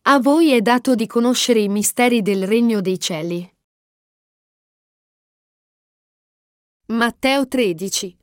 A voi è dato di conoscere i misteri del regno dei cieli. Matteo 13,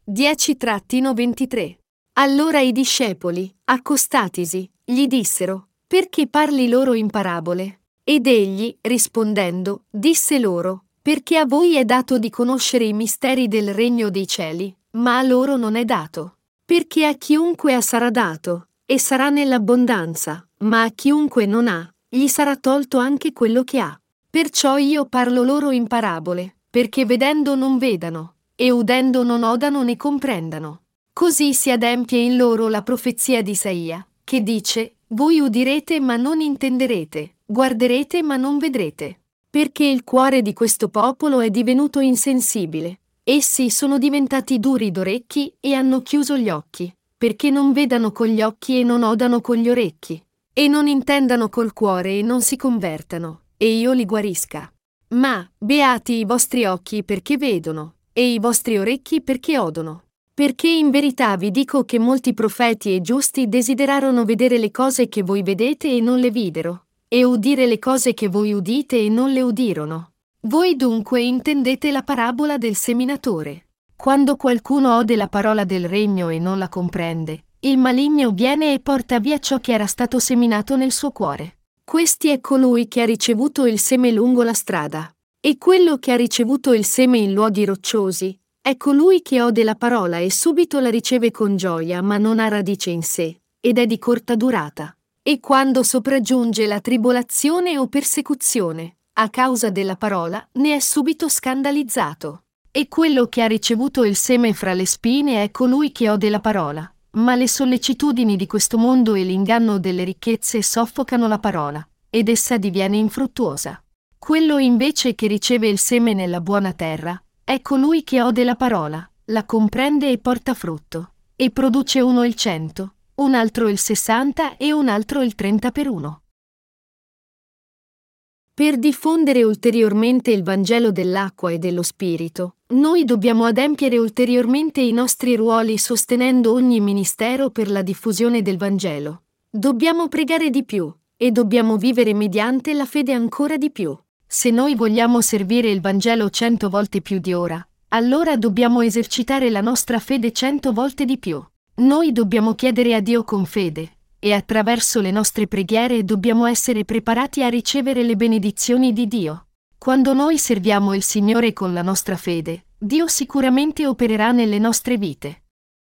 10-23. Allora i discepoli, accostatisi, gli dissero: perché parli loro in parabole? Ed egli, rispondendo, disse loro: perché a voi è dato di conoscere i misteri del regno dei cieli, ma a loro non è dato. Perché a chiunque sarà dato, e sarà nell'abbondanza, ma a chiunque non ha, gli sarà tolto anche quello che ha. Perciò io parlo loro in parabole, perché vedendo non vedano, e udendo non odano né comprendano. Così si adempie in loro la profezia di Isaia, che dice: voi udirete ma non intenderete, guarderete ma non vedrete. Perché il cuore di questo popolo è divenuto insensibile. Essi sono diventati duri d'orecchi e hanno chiuso gli occhi, perché non vedano con gli occhi e non odano con gli orecchi, e non intendano col cuore e non si convertano, e io li guarisca. Ma, beati i vostri occhi perché vedono, e i vostri orecchi perché odono. Perché in verità vi dico che molti profeti e giusti desiderarono vedere le cose che voi vedete e non le videro, e udire le cose che voi udite e non le udirono. Voi dunque intendete la parabola del seminatore. Quando qualcuno ode la parola del regno e non la comprende, il maligno viene e porta via ciò che era stato seminato nel suo cuore. Questi è colui che ha ricevuto il seme lungo la strada. E quello che ha ricevuto il seme in luoghi rocciosi è colui che ode la parola e subito la riceve con gioia, ma non ha radice in sé, ed è di corta durata. E quando sopraggiunge la tribolazione o persecuzione, a causa della parola, ne è subito scandalizzato. E quello che ha ricevuto il seme fra le spine è colui che ode la parola, ma le sollecitudini di questo mondo e l'inganno delle ricchezze soffocano la parola, ed essa diviene infruttuosa. Quello invece che riceve il seme nella buona terra è colui che ode la parola, la comprende e porta frutto, e produce uno il 100, un altro il 60 e un altro il 30 per uno. Per diffondere ulteriormente il Vangelo dell'acqua e dello Spirito, noi dobbiamo adempiere ulteriormente i nostri ruoli sostenendo ogni ministero per la diffusione del Vangelo. Dobbiamo pregare di più, e dobbiamo vivere mediante la fede ancora di più. Se noi vogliamo servire il Vangelo 100 volte più di ora, allora dobbiamo esercitare la nostra fede 100 volte di più. Noi dobbiamo chiedere a Dio con fede, e attraverso le nostre preghiere dobbiamo essere preparati a ricevere le benedizioni di Dio. Quando noi serviamo il Signore con la nostra fede, Dio sicuramente opererà nelle nostre vite.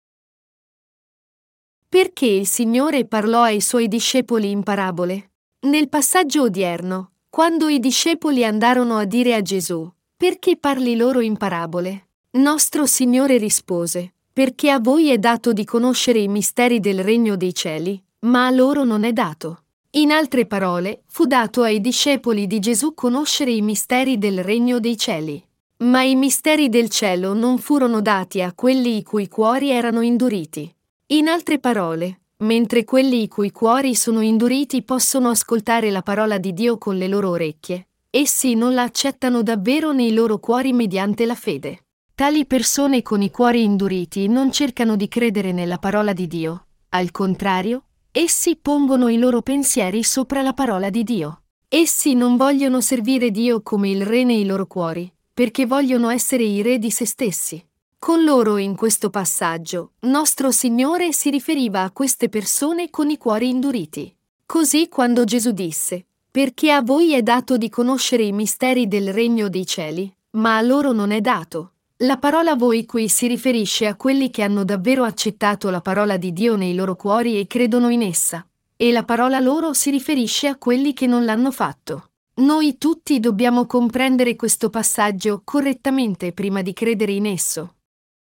Perché il Signore parlò ai Suoi discepoli in parabole? Nel passaggio odierno, quando i discepoli andarono a dire a Gesù: perché parli loro in parabole? Nostro Signore rispose: perché a voi è dato di conoscere i misteri del regno dei cieli, ma a loro non è dato. In altre parole, fu dato ai discepoli di Gesù conoscere i misteri del regno dei cieli. Ma i misteri del cielo non furono dati a quelli i cui cuori erano induriti. In altre parole, mentre quelli i cui cuori sono induriti possono ascoltare la parola di Dio con le loro orecchie, essi non la accettano davvero nei loro cuori mediante la fede. Tali persone con i cuori induriti non cercano di credere nella parola di Dio, al contrario, essi pongono i loro pensieri sopra la parola di Dio. Essi non vogliono servire Dio come il re nei loro cuori, perché vogliono essere i re di se stessi. Con loro in questo passaggio, nostro Signore si riferiva a queste persone con i cuori induriti. Così quando Gesù disse: perché a voi è dato di conoscere i misteri del regno dei cieli, ma a loro non è dato. La parola voi qui si riferisce a quelli che hanno davvero accettato la parola di Dio nei loro cuori e credono in essa, e la parola loro si riferisce a quelli che non l'hanno fatto. Noi tutti dobbiamo comprendere questo passaggio correttamente prima di credere in esso.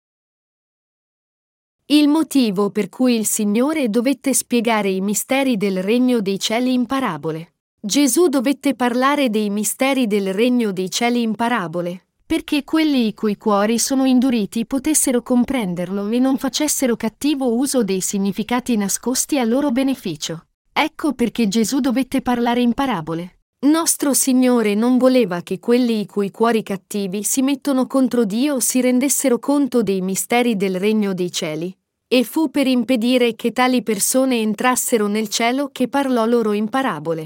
Il motivo per cui il Signore dovette spiegare i misteri del regno dei cieli in parabole. Gesù dovette parlare dei misteri del regno dei cieli in parabole, perché quelli i cui cuori sono induriti potessero comprenderlo e non facessero cattivo uso dei significati nascosti a loro beneficio. Ecco perché Gesù dovette parlare in parabole. Nostro Signore non voleva che quelli i cui cuori cattivi si mettono contro Dio si rendessero conto dei misteri del regno dei cieli, e fu per impedire che tali persone entrassero nel cielo che parlò loro in parabole.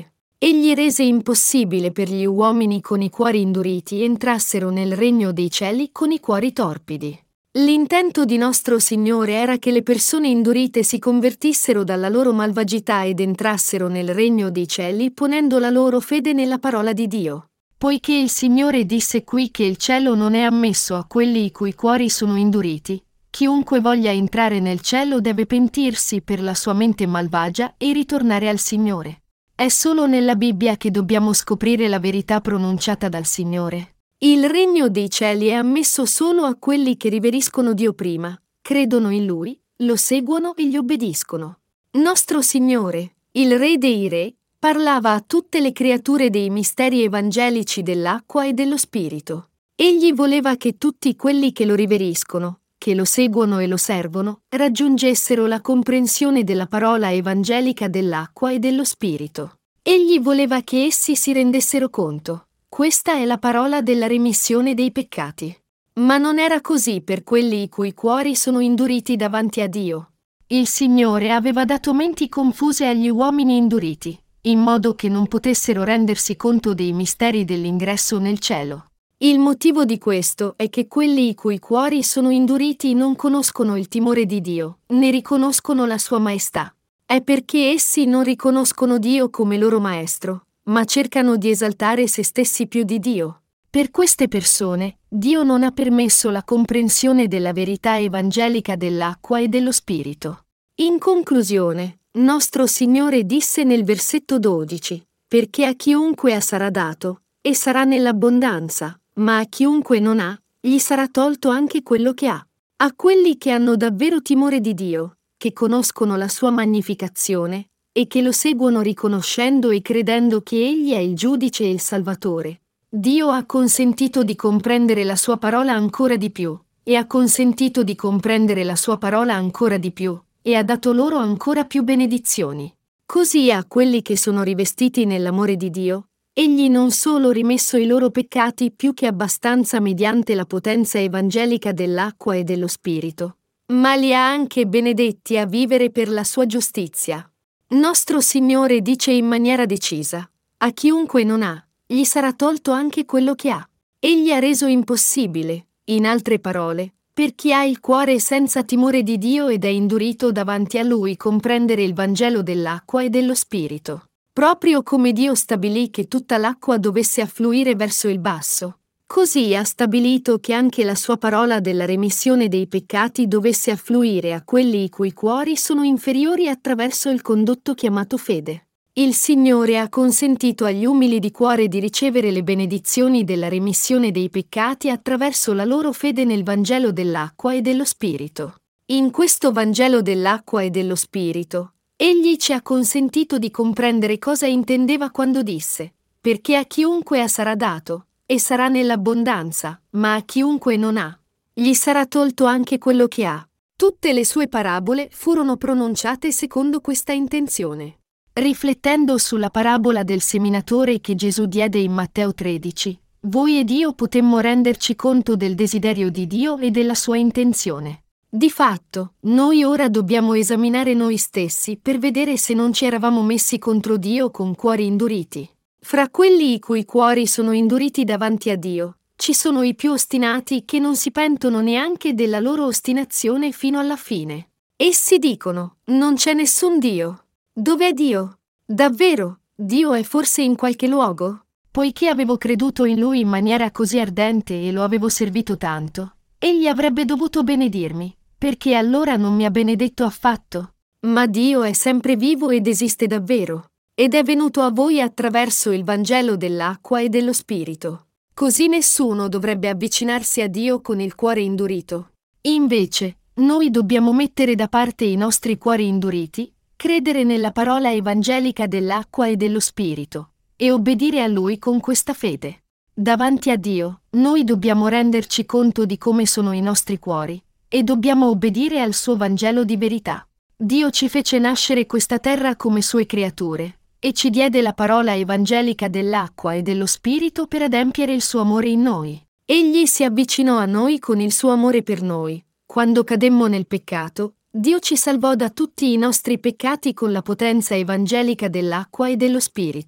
Egli rese impossibile per gli uomini con i cuori induriti entrassero nel regno dei cieli con i cuori torpidi. L'intento di nostro Signore era che le persone indurite si convertissero dalla loro malvagità ed entrassero nel regno dei cieli ponendo la loro fede nella parola di Dio. Poiché il Signore disse qui che il cielo non è ammesso a quelli i cui cuori sono induriti, chiunque voglia entrare nel cielo deve pentirsi per la sua mente malvagia e ritornare al Signore. È solo nella Bibbia che dobbiamo scoprire la verità pronunciata dal Signore. Il regno dei cieli è ammesso solo a quelli che riveriscono Dio prima, credono in Lui, lo seguono e gli obbediscono. Nostro Signore, il Re dei Re, parlava a tutte le creature dei misteri evangelici dell'acqua e dello Spirito. Egli voleva che tutti quelli che lo riveriscono, che lo seguono e lo servono, raggiungessero la comprensione della parola evangelica dell'acqua e dello Spirito. Egli voleva che essi si rendessero conto. Questa è la parola della remissione dei peccati. Ma non era così per quelli i cui cuori sono induriti davanti a Dio. Il Signore aveva dato menti confuse agli uomini induriti, in modo che non potessero rendersi conto dei misteri dell'ingresso nel cielo. Il motivo di questo è che quelli i cui cuori sono induriti non conoscono il timore di Dio, né riconoscono la sua maestà. È perché essi non riconoscono Dio come loro maestro, ma cercano di esaltare se stessi più di Dio. Per queste persone, Dio non ha permesso la comprensione della verità evangelica dell'acqua e dello Spirito. In conclusione, nostro Signore disse nel versetto 12, perché a chiunque ha sarà dato, e sarà nell'abbondanza, ma a chiunque non ha, gli sarà tolto anche quello che ha. A quelli che hanno davvero timore di Dio, che conoscono la sua magnificazione, e che lo seguono riconoscendo e credendo che Egli è il giudice e il Salvatore. Dio ha consentito di comprendere la sua parola ancora di più, e ha consentito di comprendere la sua parola ancora di più, e ha dato loro ancora più benedizioni. Così a quelli che sono rivestiti nell'amore di Dio, Egli non solo rimesso i loro peccati più che abbastanza mediante la potenza evangelica dell'acqua e dello Spirito, ma li ha anche benedetti a vivere per la sua giustizia. Nostro Signore dice in maniera decisa, a chiunque non ha, gli sarà tolto anche quello che ha. Egli ha reso impossibile, in altre parole, per chi ha il cuore senza timore di Dio ed è indurito davanti a Lui comprendere il Vangelo dell'acqua e dello Spirito. Proprio come Dio stabilì che tutta l'acqua dovesse affluire verso il basso, così ha stabilito che anche la sua parola della remissione dei peccati dovesse affluire a quelli i cui cuori sono inferiori attraverso il condotto chiamato fede. Il Signore ha consentito agli umili di cuore di ricevere le benedizioni della remissione dei peccati attraverso la loro fede nel Vangelo dell'acqua e dello Spirito. In questo Vangelo dell'acqua e dello Spirito, Egli ci ha consentito di comprendere cosa intendeva quando disse, perché a chiunque ha sarà dato, e sarà nell'abbondanza, ma a chiunque non ha, gli sarà tolto anche quello che ha. Tutte le sue parabole furono pronunciate secondo questa intenzione. Riflettendo sulla parabola del seminatore che Gesù diede in Matteo 13, voi ed io potemmo renderci conto del desiderio di Dio e della sua intenzione. Di fatto, noi ora dobbiamo esaminare noi stessi per vedere se non ci eravamo messi contro Dio con cuori induriti. Fra quelli i cui cuori sono induriti davanti a Dio, ci sono i più ostinati che non si pentono neanche della loro ostinazione fino alla fine. Essi dicono, non c'è nessun Dio. Dov'è Dio? Davvero, Dio è forse in qualche luogo? Poiché avevo creduto in Lui in maniera così ardente e lo avevo servito tanto, Egli avrebbe dovuto benedirmi. Perché allora non mi ha benedetto affatto? Ma Dio è sempre vivo ed esiste davvero, ed è venuto a voi attraverso il Vangelo dell'acqua e dello Spirito. Così nessuno dovrebbe avvicinarsi a Dio con il cuore indurito. Invece, noi dobbiamo mettere da parte i nostri cuori induriti, credere nella parola evangelica dell'acqua e dello Spirito, e obbedire a Lui con questa fede. Davanti a Dio, noi dobbiamo renderci conto di come sono i nostri cuori, e dobbiamo obbedire al suo Vangelo di verità. Dio ci fece nascere questa terra come sue creature, e ci diede la parola evangelica dell'acqua e dello Spirito per adempiere il suo amore in noi. Egli si avvicinò a noi con il suo amore per noi. Quando cademmo nel peccato, Dio ci salvò da tutti i nostri peccati con la potenza evangelica dell'acqua e dello Spirito.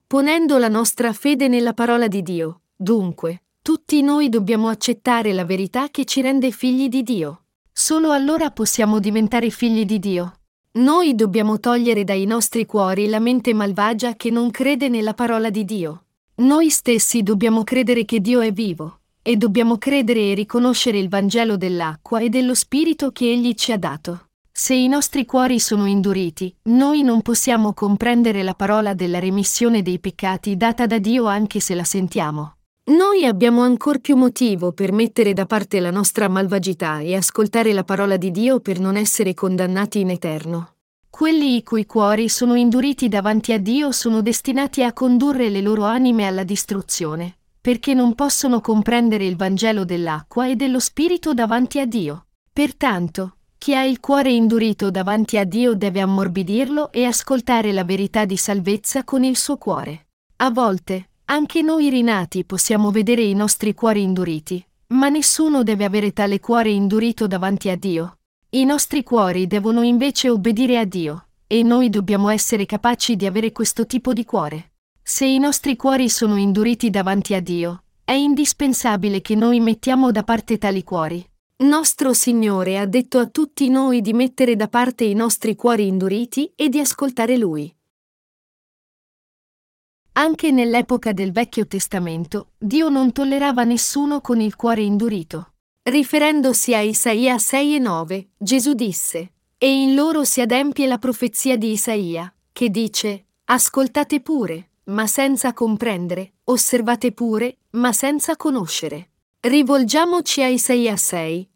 ponendo la nostra fede nella parola di Dio. Dunque, tutti noi dobbiamo accettare la verità che ci rende figli di Dio. Solo allora possiamo diventare figli di Dio. Noi dobbiamo togliere dai nostri cuori la mente malvagia che non crede nella parola di Dio. Noi stessi dobbiamo credere che Dio è vivo, e dobbiamo credere e riconoscere il Vangelo dell'acqua e dello Spirito che Egli ci ha dato. Se i nostri cuori sono induriti, noi non possiamo comprendere la parola della remissione dei peccati data da Dio anche se la sentiamo. Noi abbiamo ancor più motivo per mettere da parte la nostra malvagità e ascoltare la parola di Dio per non essere condannati in eterno. Quelli i cui cuori sono induriti davanti a Dio sono destinati a condurre le loro anime alla distruzione, perché non possono comprendere il Vangelo dell'acqua e dello Spirito davanti a Dio. Pertanto, chi ha il cuore indurito davanti a Dio deve ammorbidirlo e ascoltare la verità di salvezza con il suo cuore. A volte, anche noi rinati possiamo vedere i nostri cuori induriti, ma nessuno deve avere tale cuore indurito davanti a Dio. I nostri cuori devono invece obbedire a Dio, e noi dobbiamo essere capaci di avere questo tipo di cuore. Se i nostri cuori sono induriti davanti a Dio, è indispensabile che noi mettiamo da parte tali cuori. Nostro Signore ha detto a tutti noi di mettere da parte i nostri cuori induriti e di ascoltare Lui. Anche nell'epoca del Vecchio Testamento, Dio non tollerava nessuno con il cuore indurito. Riferendosi a Isaia 6:9, Gesù disse: «E in loro si adempie la profezia di Isaia, che dice: Ascoltate pure, ma senza comprendere, osservate pure, ma senza conoscere». Rivolgiamoci a Isaia 6,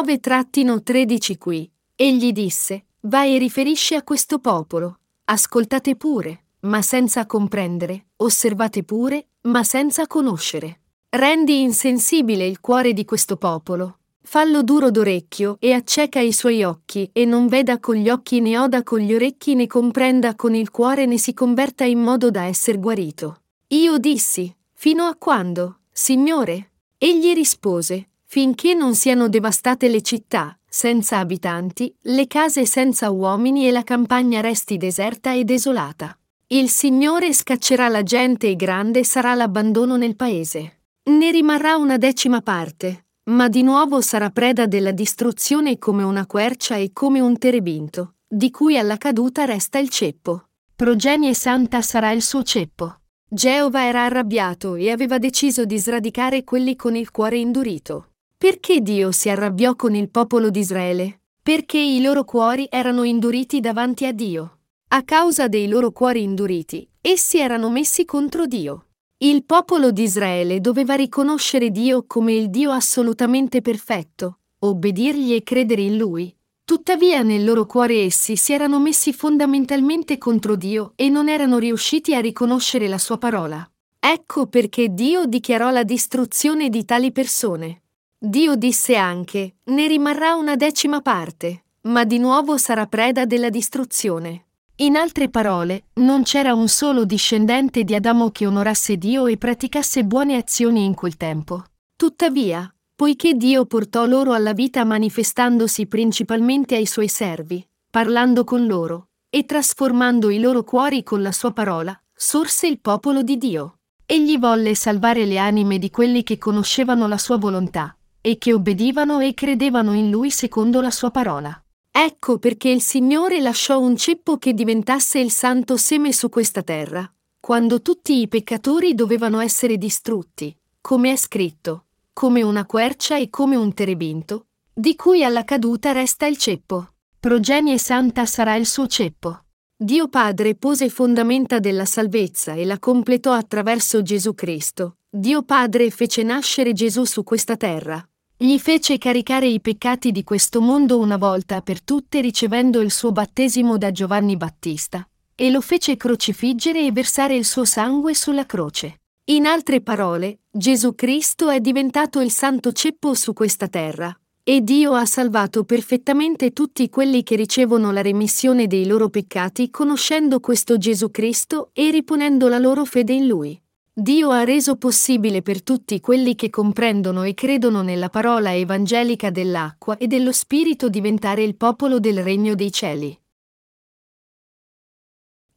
9-13 qui. Egli disse: «Va e riferisci a questo popolo: ascoltate pure, ma senza comprendere, osservate pure, ma senza conoscere». Rendi insensibile il cuore di questo popolo. Fallo duro d'orecchio e acceca i suoi occhi e non veda con gli occhi né oda con gli orecchi né comprenda con il cuore né si converta in modo da esser guarito. Io dissi: «Fino a quando, Signore?» Egli rispose: «Finché non siano devastate le città, senza abitanti, le case senza uomini e la campagna resti deserta e desolata. Il Signore scaccerà la gente e grande sarà l'abbandono nel paese. Ne rimarrà una 10ª parte, ma di nuovo sarà preda della distruzione come una quercia e come un terebinto, di cui alla caduta resta il ceppo. Progenie santa sarà il suo ceppo». Geova era arrabbiato e aveva deciso di sradicare quelli con il cuore indurito. Perché Dio si arrabbiò con il popolo di Israele? Perché i loro cuori erano induriti davanti a Dio. A causa dei loro cuori induriti, essi erano messi contro Dio. Il popolo di Israele doveva riconoscere Dio come il Dio assolutamente perfetto, obbedirgli e credere in Lui. Tuttavia nel loro cuore essi si erano messi fondamentalmente contro Dio e non erano riusciti a riconoscere la sua parola. Ecco perché Dio dichiarò la distruzione di tali persone. Dio disse anche: «Ne rimarrà una 10ª parte, ma di nuovo sarà preda della distruzione». In altre parole, non c'era un solo discendente di Adamo che onorasse Dio e praticasse buone azioni in quel tempo. Tuttavia, poiché Dio portò loro alla vita manifestandosi principalmente ai suoi servi, parlando con loro, e trasformando i loro cuori con la sua parola, sorse il popolo di Dio. Egli volle salvare le anime di quelli che conoscevano la sua volontà, e che obbedivano e credevano in Lui secondo la sua parola. Ecco perché il Signore lasciò un ceppo che diventasse il santo seme su questa terra, quando tutti i peccatori dovevano essere distrutti, come è scritto: «Come una quercia e come un terebinto, di cui alla caduta resta il ceppo. Progenie santa sarà il suo ceppo». Dio Padre pose fondamenta della salvezza e la completò attraverso Gesù Cristo. Dio Padre fece nascere Gesù su questa terra. Gli fece caricare i peccati di questo mondo una volta per tutte ricevendo il suo battesimo da Giovanni Battista, e lo fece crocifiggere e versare il suo sangue sulla croce. In altre parole, Gesù Cristo è diventato il santo ceppo su questa terra, e Dio ha salvato perfettamente tutti quelli che ricevono la remissione dei loro peccati conoscendo questo Gesù Cristo e riponendo la loro fede in Lui. Dio ha reso possibile per tutti quelli che comprendono e credono nella parola evangelica dell'acqua e dello Spirito diventare il popolo del regno dei cieli.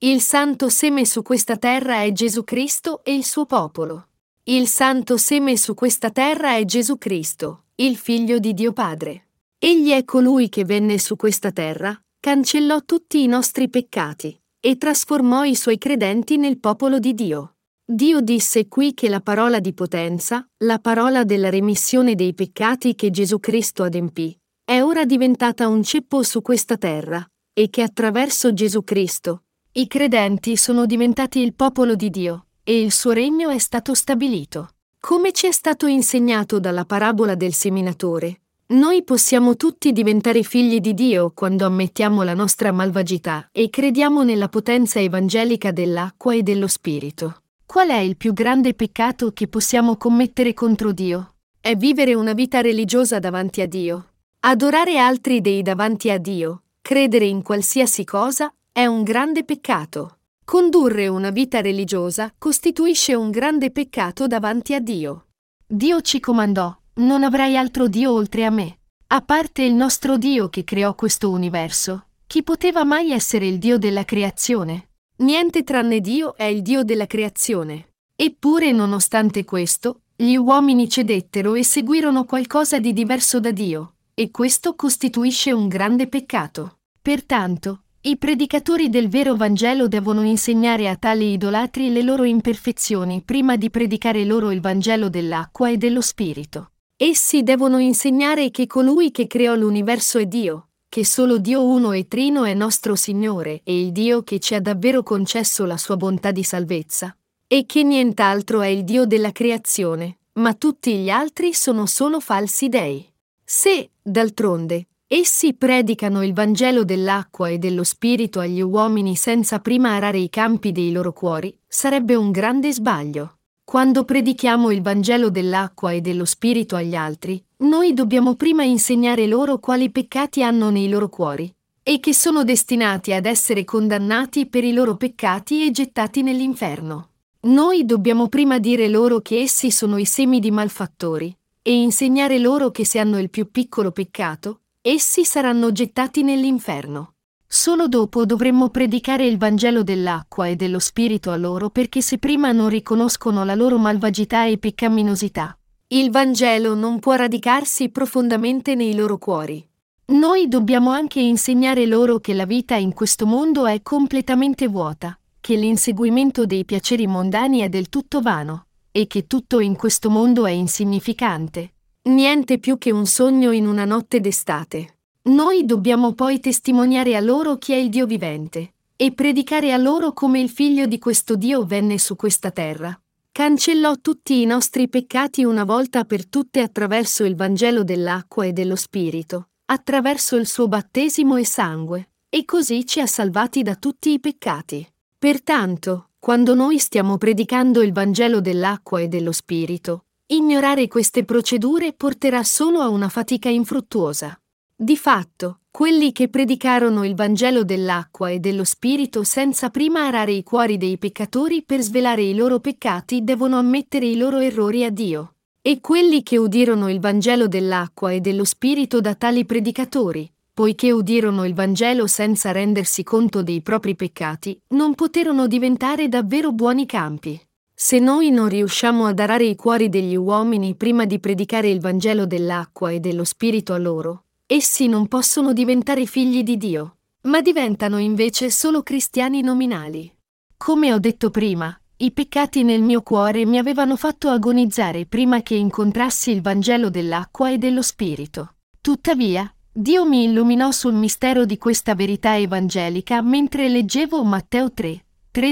Il santo seme su questa terra è Gesù Cristo e il suo popolo. Il santo seme su questa terra è Gesù Cristo, il Figlio di Dio Padre. Egli è colui che venne su questa terra, cancellò tutti i nostri peccati e trasformò i suoi credenti nel popolo di Dio. Dio disse qui che la parola di potenza, la parola della remissione dei peccati che Gesù Cristo adempì, è ora diventata un ceppo su questa terra, e che attraverso Gesù Cristo, i credenti sono diventati il popolo di Dio, e il suo regno è stato stabilito. Come ci è stato insegnato dalla parabola del seminatore, noi possiamo tutti diventare figli di Dio quando ammettiamo la nostra malvagità e crediamo nella potenza evangelica dell'acqua e dello Spirito. Qual è il più grande peccato che possiamo commettere contro Dio? È vivere una vita religiosa davanti a Dio. Adorare altri dei davanti a Dio, credere in qualsiasi cosa, è un grande peccato. Condurre una vita religiosa costituisce un grande peccato davanti a Dio. Dio ci comandò: non avrai altro Dio oltre a me. A parte il nostro Dio che creò questo universo, chi poteva mai essere il Dio della creazione? Niente tranne Dio è il Dio della creazione. Eppure, nonostante questo, gli uomini cedettero e seguirono qualcosa di diverso da Dio, e questo costituisce un grande peccato. Pertanto, i predicatori del vero Vangelo devono insegnare a tali idolatri le loro imperfezioni prima di predicare loro il Vangelo dell'acqua e dello Spirito. Essi devono insegnare che colui che creò l'universo è Dio, che solo Dio uno e trino è nostro Signore e il Dio che ci ha davvero concesso la sua bontà di salvezza, e che nient'altro è il Dio della creazione, ma tutti gli altri sono solo falsi dei. Se, d'altronde, essi predicano il Vangelo dell'acqua e dello Spirito agli uomini senza prima arare i campi dei loro cuori, sarebbe un grande sbaglio. Quando predichiamo il Vangelo dell'acqua e dello Spirito agli altri, noi dobbiamo prima insegnare loro quali peccati hanno nei loro cuori, e che sono destinati ad essere condannati per i loro peccati e gettati nell'inferno. Noi dobbiamo prima dire loro che essi sono i semi di malfattori, e insegnare loro che se hanno il più piccolo peccato, essi saranno gettati nell'inferno. Solo dopo dovremmo predicare il Vangelo dell'acqua e dello Spirito a loro, perché se prima non riconoscono la loro malvagità e peccaminosità, il Vangelo non può radicarsi profondamente nei loro cuori. Noi dobbiamo anche insegnare loro che la vita in questo mondo è completamente vuota, che l'inseguimento dei piaceri mondani è del tutto vano, e che tutto in questo mondo è insignificante, niente più che un sogno in una notte d'estate. Noi dobbiamo poi testimoniare a loro chi è il Dio vivente, e predicare a loro come il Figlio di questo Dio venne su questa terra, cancellò tutti i nostri peccati una volta per tutte attraverso il Vangelo dell'acqua e dello Spirito, attraverso il suo battesimo e sangue, e così ci ha salvati da tutti i peccati. Pertanto, quando noi stiamo predicando il Vangelo dell'acqua e dello Spirito, ignorare queste procedure porterà solo a una fatica infruttuosa. Di fatto, quelli che predicarono il Vangelo dell'acqua e dello Spirito senza prima arare i cuori dei peccatori per svelare i loro peccati devono ammettere i loro errori a Dio. E quelli che udirono il Vangelo dell'acqua e dello Spirito da tali predicatori, poiché udirono il Vangelo senza rendersi conto dei propri peccati, non poterono diventare davvero buoni campi. Se noi non riusciamo ad arare i cuori degli uomini prima di predicare il Vangelo dell'acqua e dello Spirito a loro, essi non possono diventare figli di Dio, ma diventano invece solo cristiani nominali. Come ho detto prima, i peccati nel mio cuore mi avevano fatto agonizzare prima che incontrassi il Vangelo dell'acqua e dello Spirito. Tuttavia, Dio mi illuminò sul mistero di questa verità evangelica mentre leggevo Matteo 3,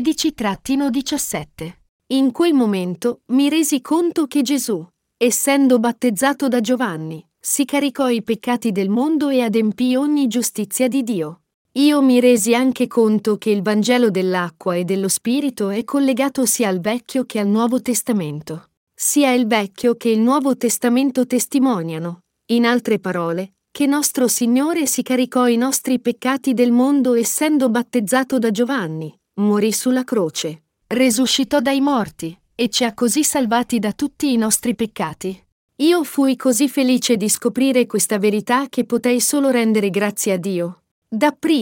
13-17. In quel momento mi resi conto che Gesù, essendo battezzato da Giovanni, si caricò i peccati del mondo e adempì ogni giustizia di Dio. Io mi resi anche conto che il Vangelo dell'acqua e dello Spirito è collegato sia al Vecchio che al Nuovo Testamento. Sia il Vecchio che il Nuovo Testamento testimoniano, in altre parole, che nostro Signore si caricò i nostri peccati del mondo essendo battezzato da Giovanni, morì sulla croce, resuscitò dai morti, e ci ha così salvati da tutti i nostri peccati. Io fui così felice di scoprire questa verità che potei solo rendere grazie a Dio. Dapprima,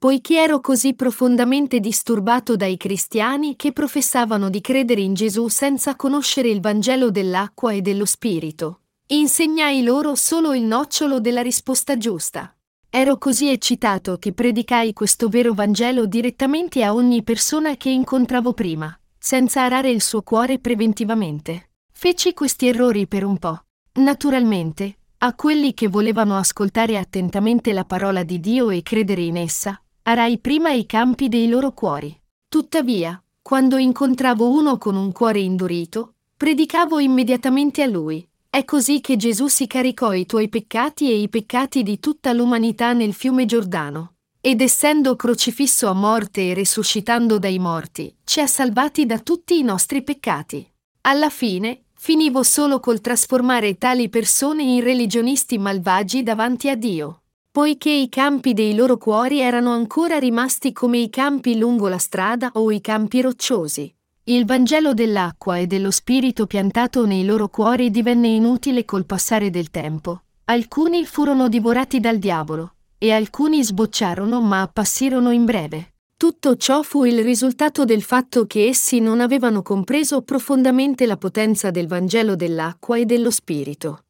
poiché ero così profondamente disturbato dai cristiani che professavano di credere in Gesù senza conoscere il Vangelo dell'acqua e dello Spirito. Insegnai loro solo il nocciolo della risposta giusta. Ero così eccitato che predicai questo vero Vangelo direttamente a ogni persona che incontravo prima, senza arare il suo cuore preventivamente. Feci questi errori per un po'. Naturalmente, a quelli che volevano ascoltare attentamente la parola di Dio e credere in essa, arai prima i campi dei loro cuori. Tuttavia, quando incontravo uno con un cuore indurito, predicavo immediatamente a lui. È così che Gesù si caricò i tuoi peccati e i peccati di tutta l'umanità nel fiume Giordano. Ed essendo crocifisso a morte e risuscitando dai morti, ci ha salvati da tutti i nostri peccati. Alla fine, finivo solo col trasformare tali persone in religionisti malvagi davanti a Dio, poiché i campi dei loro cuori erano ancora rimasti come i campi lungo la strada o i campi rocciosi. Il Vangelo dell'acqua e dello Spirito piantato nei loro cuori divenne inutile col passare del tempo. Alcuni furono divorati dal diavolo, e alcuni sbocciarono ma appassirono in breve. Tutto ciò fu il risultato del fatto che essi non avevano compreso profondamente la potenza del Vangelo dell'acqua e dello Spirito.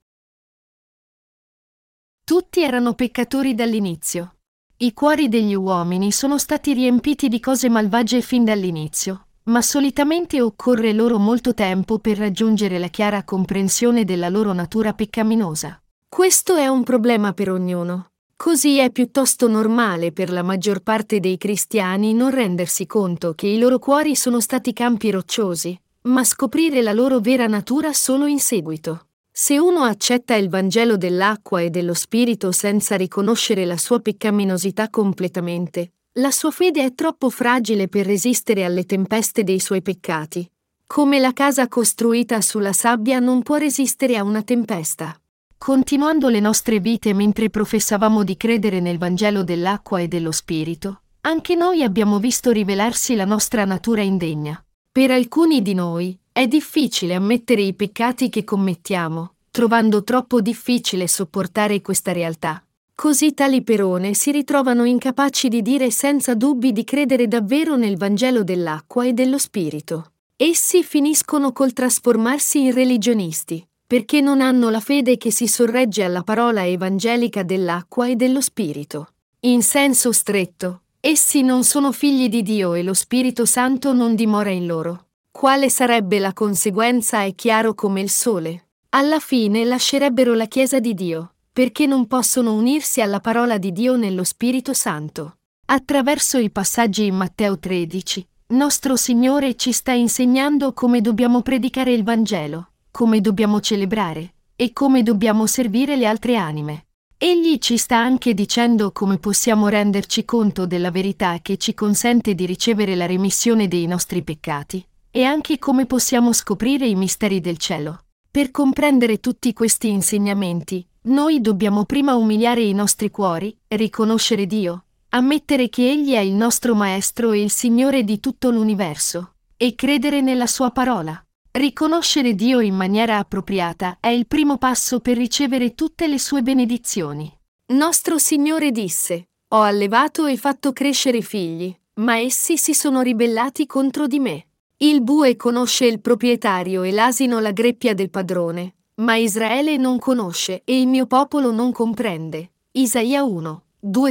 Tutti erano peccatori dall'inizio. I cuori degli uomini sono stati riempiti di cose malvagie fin dall'inizio, ma solitamente occorre loro molto tempo per raggiungere la chiara comprensione della loro natura peccaminosa. Questo è un problema per ognuno. Così è piuttosto normale per la maggior parte dei cristiani non rendersi conto che i loro cuori sono stati campi rocciosi, ma scoprire la loro vera natura solo in seguito. Se uno accetta il Vangelo dell'acqua e dello Spirito senza riconoscere la sua peccaminosità completamente, la sua fede è troppo fragile per resistere alle tempeste dei suoi peccati. Come la casa costruita sulla sabbia non può resistere a una tempesta. Continuando le nostre vite mentre professavamo di credere nel Vangelo dell'acqua e dello Spirito, anche noi abbiamo visto rivelarsi la nostra natura indegna. Per alcuni di noi è difficile ammettere i peccati che commettiamo, trovando troppo difficile sopportare questa realtà. Così tali persone si ritrovano incapaci di dire senza dubbi di credere davvero nel Vangelo dell'acqua e dello Spirito. Essi finiscono col trasformarsi in religionisti, perché non hanno la fede che si sorregge alla parola evangelica dell'acqua e dello Spirito. In senso stretto, essi non sono figli di Dio e lo Spirito Santo non dimora in loro. Quale sarebbe la conseguenza è chiaro come il sole. Alla fine lascerebbero la Chiesa di Dio, perché non possono unirsi alla parola di Dio nello Spirito Santo. Attraverso i passaggi in Matteo 13, nostro Signore ci sta insegnando come dobbiamo predicare il Vangelo, come dobbiamo celebrare e come dobbiamo servire le altre anime. Egli ci sta anche dicendo come possiamo renderci conto della verità che ci consente di ricevere la remissione dei nostri peccati, e anche come possiamo scoprire i misteri del cielo. Per comprendere tutti questi insegnamenti, noi dobbiamo prima umiliare i nostri cuori, riconoscere Dio, ammettere che Egli è il nostro Maestro e il Signore di tutto l'universo, e credere nella Sua parola. Riconoscere Dio in maniera appropriata è il primo passo per ricevere tutte le sue benedizioni. Nostro Signore disse: «Ho allevato e fatto crescere figli, ma essi si sono ribellati contro di me. Il bue conosce il proprietario e l'asino la greppia del padrone, ma Israele non conosce e il mio popolo non comprende». Isaia 1,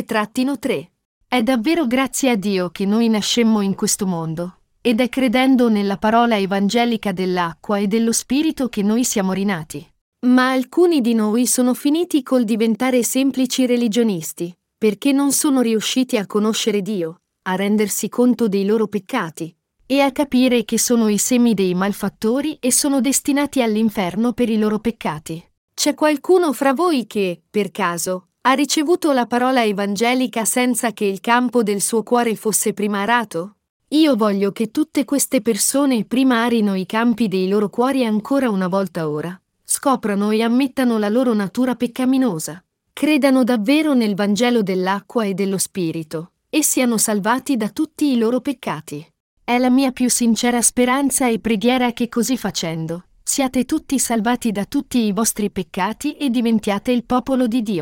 2-3. È davvero grazie a Dio che noi nascemmo in questo mondo. Ed è credendo nella parola evangelica dell'acqua e dello Spirito che noi siamo rinati. Ma alcuni di noi sono finiti col diventare semplici religionisti, perché non sono riusciti a conoscere Dio, a rendersi conto dei loro peccati, e a capire che sono i semi dei malfattori e sono destinati all'inferno per i loro peccati. C'è qualcuno fra voi che, per caso, ha ricevuto la parola evangelica senza che il campo del suo cuore fosse prima arato? Io voglio che tutte queste persone prima arino i campi dei loro cuori ancora una volta ora, scoprano e ammettano la loro natura peccaminosa, credano davvero nel Vangelo dell'acqua e dello Spirito, e siano salvati da tutti i loro peccati. È la mia più sincera speranza e preghiera che così facendo, siate tutti salvati da tutti i vostri peccati e diventiate il popolo di Dio.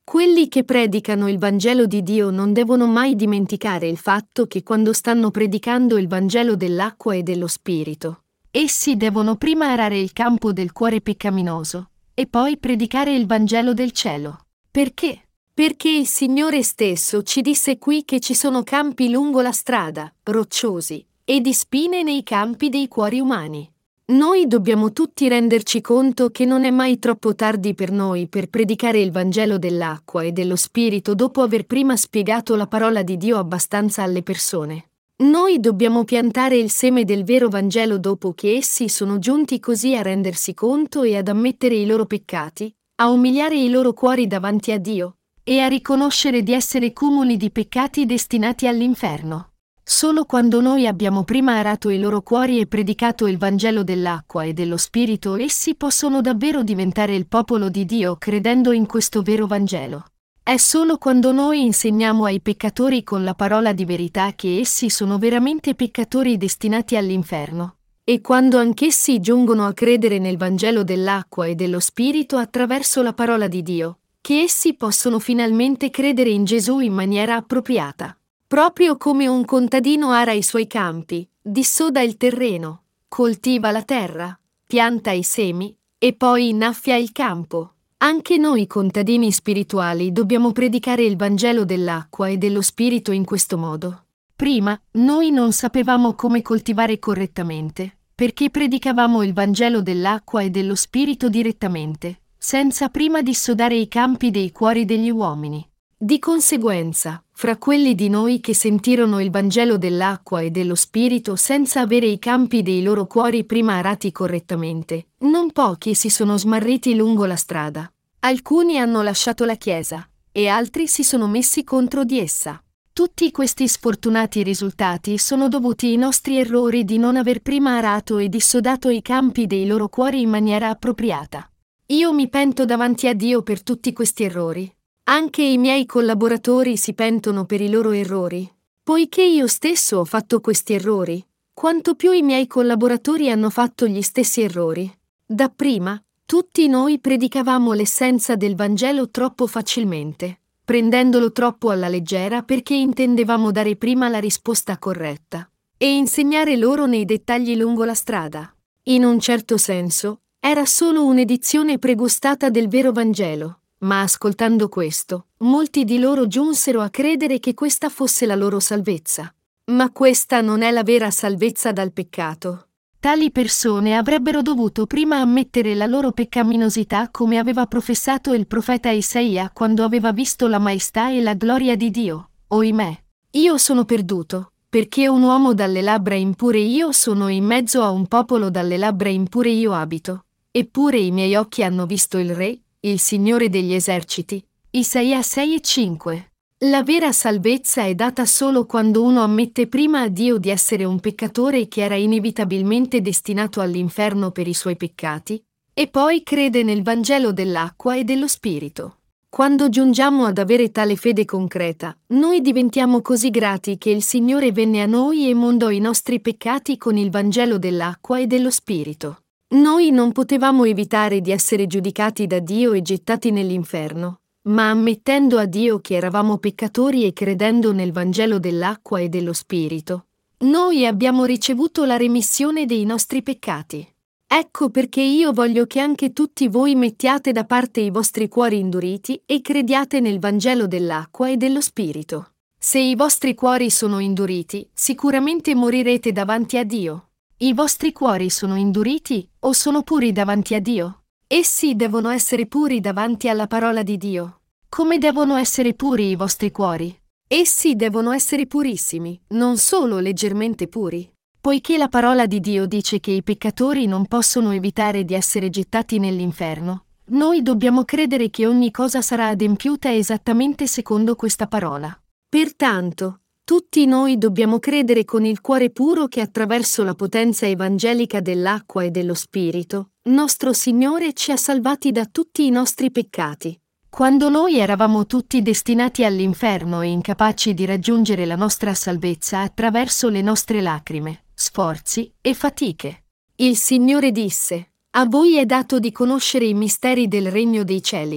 Quelli che predicano il Vangelo di Dio non devono mai dimenticare il fatto che quando stanno predicando il Vangelo dell'acqua e dello Spirito, essi devono prima arare il campo del cuore peccaminoso e poi predicare il Vangelo del cielo. Perché? Perché il Signore stesso ci disse qui che ci sono campi lungo la strada, rocciosi, e di spine nei campi dei cuori umani. Noi dobbiamo tutti renderci conto che non è mai troppo tardi per noi per predicare il Vangelo dell'acqua e dello Spirito dopo aver prima spiegato la parola di Dio abbastanza alle persone. Noi dobbiamo piantare il seme del vero Vangelo dopo che essi sono giunti così a rendersi conto e ad ammettere i loro peccati, a umiliare i loro cuori davanti a Dio e a riconoscere di essere cumuli di peccati destinati all'inferno. Solo quando noi abbiamo prima arato i loro cuori e predicato il Vangelo dell'acqua e dello Spirito, essi possono davvero diventare il popolo di Dio credendo in questo vero Vangelo. È solo quando noi insegniamo ai peccatori con la parola di verità che essi sono veramente peccatori destinati all'inferno, e quando anch'essi giungono a credere nel Vangelo dell'acqua e dello Spirito attraverso la parola di Dio, che essi possono finalmente credere in Gesù in maniera appropriata. Proprio come un contadino ara i suoi campi, dissoda il terreno, coltiva la terra, pianta i semi e poi innaffia il campo. Anche noi contadini spirituali dobbiamo predicare il Vangelo dell'acqua e dello Spirito in questo modo. Prima, noi non sapevamo come coltivare correttamente, perché predicavamo il Vangelo dell'acqua e dello Spirito direttamente, senza prima dissodare i campi dei cuori degli uomini. Di conseguenza, fra quelli di noi che sentirono il Vangelo dell'acqua e dello Spirito senza avere i campi dei loro cuori prima arati correttamente, non pochi si sono smarriti lungo la strada. Alcuni hanno lasciato la Chiesa, e altri si sono messi contro di essa. Tutti questi sfortunati risultati sono dovuti ai nostri errori di non aver prima arato e dissodato i campi dei loro cuori in maniera appropriata. Io mi pento davanti a Dio per tutti questi errori. Anche i miei collaboratori si pentono per i loro errori. Poiché io stesso ho fatto questi errori, quanto più i miei collaboratori hanno fatto gli stessi errori. Dapprima, tutti noi predicavamo l'essenza del Vangelo troppo facilmente, prendendolo troppo alla leggera perché intendevamo dare prima la risposta corretta e insegnare loro nei dettagli lungo la strada. In un certo senso, era solo un'edizione pregustata del vero Vangelo. Ma ascoltando questo, molti di loro giunsero a credere che questa fosse la loro salvezza. Ma questa non è la vera salvezza dal peccato. Tali persone avrebbero dovuto prima ammettere la loro peccaminosità come aveva professato il profeta Isaia quando aveva visto la maestà e la gloria di Dio. Oimè, io sono perduto, perché un uomo dalle labbra impure io sono in mezzo a un popolo dalle labbra impure io abito. Eppure i miei occhi hanno visto il Re, il Signore degli eserciti. Isaia 6,5. La vera salvezza è data solo quando uno ammette prima a Dio di essere un peccatore che era inevitabilmente destinato all'inferno per i suoi peccati, e poi crede nel Vangelo dell'acqua e dello Spirito. Quando giungiamo ad avere tale fede concreta, noi diventiamo così grati che il Signore venne a noi e mondò i nostri peccati con il Vangelo dell'acqua e dello Spirito. Noi non potevamo evitare di essere giudicati da Dio e gettati nell'inferno, ma ammettendo a Dio che eravamo peccatori e credendo nel Vangelo dell'acqua e dello Spirito, noi abbiamo ricevuto la remissione dei nostri peccati. Ecco perché io voglio che anche tutti voi mettiate da parte i vostri cuori induriti e crediate nel Vangelo dell'acqua e dello Spirito. Se i vostri cuori sono induriti, sicuramente morirete davanti a Dio. I vostri cuori sono induriti o sono puri davanti a Dio? Essi devono essere puri davanti alla parola di Dio. Come devono essere puri i vostri cuori? Essi devono essere purissimi, non solo leggermente puri. Poiché la parola di Dio dice che i peccatori non possono evitare di essere gettati nell'inferno, noi dobbiamo credere che ogni cosa sarà adempiuta esattamente secondo questa parola. Pertanto, tutti noi dobbiamo credere con il cuore puro che attraverso la potenza evangelica dell'acqua e dello Spirito, nostro Signore ci ha salvati da tutti i nostri peccati. Quando noi eravamo tutti destinati all'inferno e incapaci di raggiungere la nostra salvezza attraverso le nostre lacrime, sforzi e fatiche. Il Signore disse: "A voi è dato di conoscere i misteri del regno dei cieli".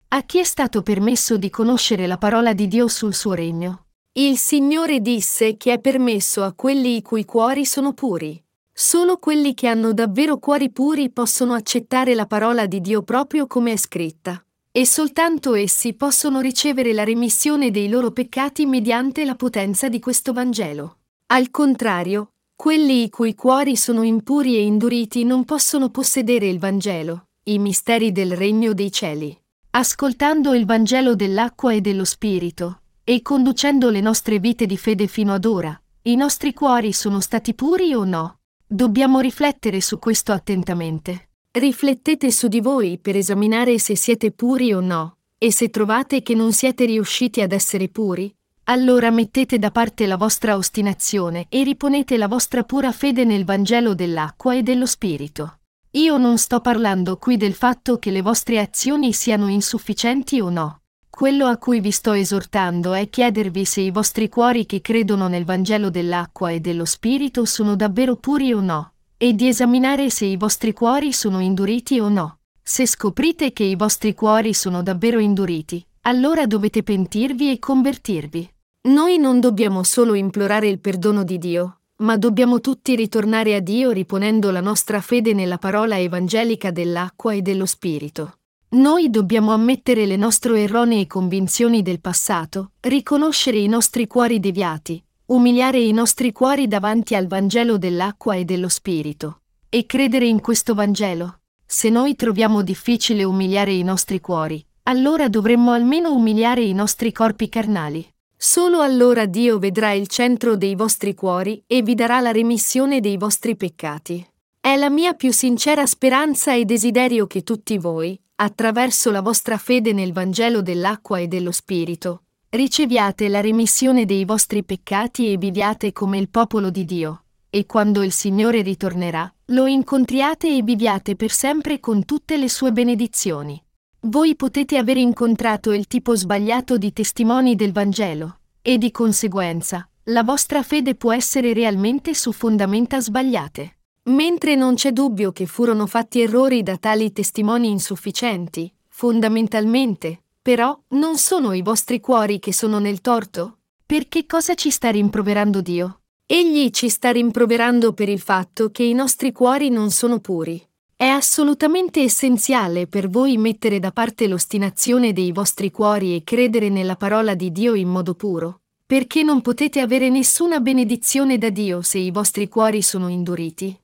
A chi è stato permesso di conoscere la parola di Dio sul suo regno? Il Signore disse che è permesso a quelli i cui cuori sono puri. Solo quelli che hanno davvero cuori puri possono accettare la parola di Dio proprio come è scritta. E soltanto essi possono ricevere la remissione dei loro peccati mediante la potenza di questo Vangelo. Al contrario, quelli i cui cuori sono impuri e induriti non possono possedere il Vangelo, i misteri del regno dei cieli. Ascoltando il Vangelo dell'acqua e dello Spirito, e conducendo le nostre vite di fede fino ad ora, i nostri cuori sono stati puri o no? Dobbiamo riflettere su questo attentamente. Riflettete su di voi per esaminare se siete puri o no, e se trovate che non siete riusciti ad essere puri, allora mettete da parte la vostra ostinazione e riponete la vostra pura fede nel Vangelo dell'acqua e dello Spirito. Io non sto parlando qui del fatto che le vostre azioni siano insufficienti o no. Quello a cui vi sto esortando è chiedervi se i vostri cuori che credono nel Vangelo dell'acqua e dello Spirito sono davvero puri o no, e di esaminare se i vostri cuori sono induriti o no. Se scoprite che i vostri cuori sono davvero induriti, allora dovete pentirvi e convertirvi. Noi non dobbiamo solo implorare il perdono di Dio, ma dobbiamo tutti ritornare a Dio riponendo la nostra fede nella parola evangelica dell'acqua e dello Spirito. Noi dobbiamo ammettere le nostre erronee convinzioni del passato, riconoscere i nostri cuori deviati, umiliare i nostri cuori davanti al Vangelo dell'acqua e dello Spirito, e credere in questo Vangelo. Se noi troviamo difficile umiliare i nostri cuori, allora dovremmo almeno umiliare i nostri corpi carnali. Solo allora Dio vedrà il centro dei vostri cuori e vi darà la remissione dei vostri peccati. È la mia più sincera speranza e desiderio che tutti voi, attraverso la vostra fede nel Vangelo dell'acqua e dello Spirito, riceviate la remissione dei vostri peccati e viviate come il popolo di Dio, e quando il Signore ritornerà, lo incontriate e viviate per sempre con tutte le sue benedizioni. Voi potete aver incontrato il tipo sbagliato di testimoni del Vangelo, e di conseguenza, la vostra fede può essere realmente su fondamenta sbagliate. Mentre non c'è dubbio che furono fatti errori da tali testimoni insufficienti, fondamentalmente, però, non sono i vostri cuori che sono nel torto? Per che cosa ci sta rimproverando Dio? Egli ci sta rimproverando per il fatto che i nostri cuori non sono puri. È assolutamente essenziale per voi mettere da parte l'ostinazione dei vostri cuori e credere nella parola di Dio in modo puro, perché non potete avere nessuna benedizione da Dio se i vostri cuori sono induriti.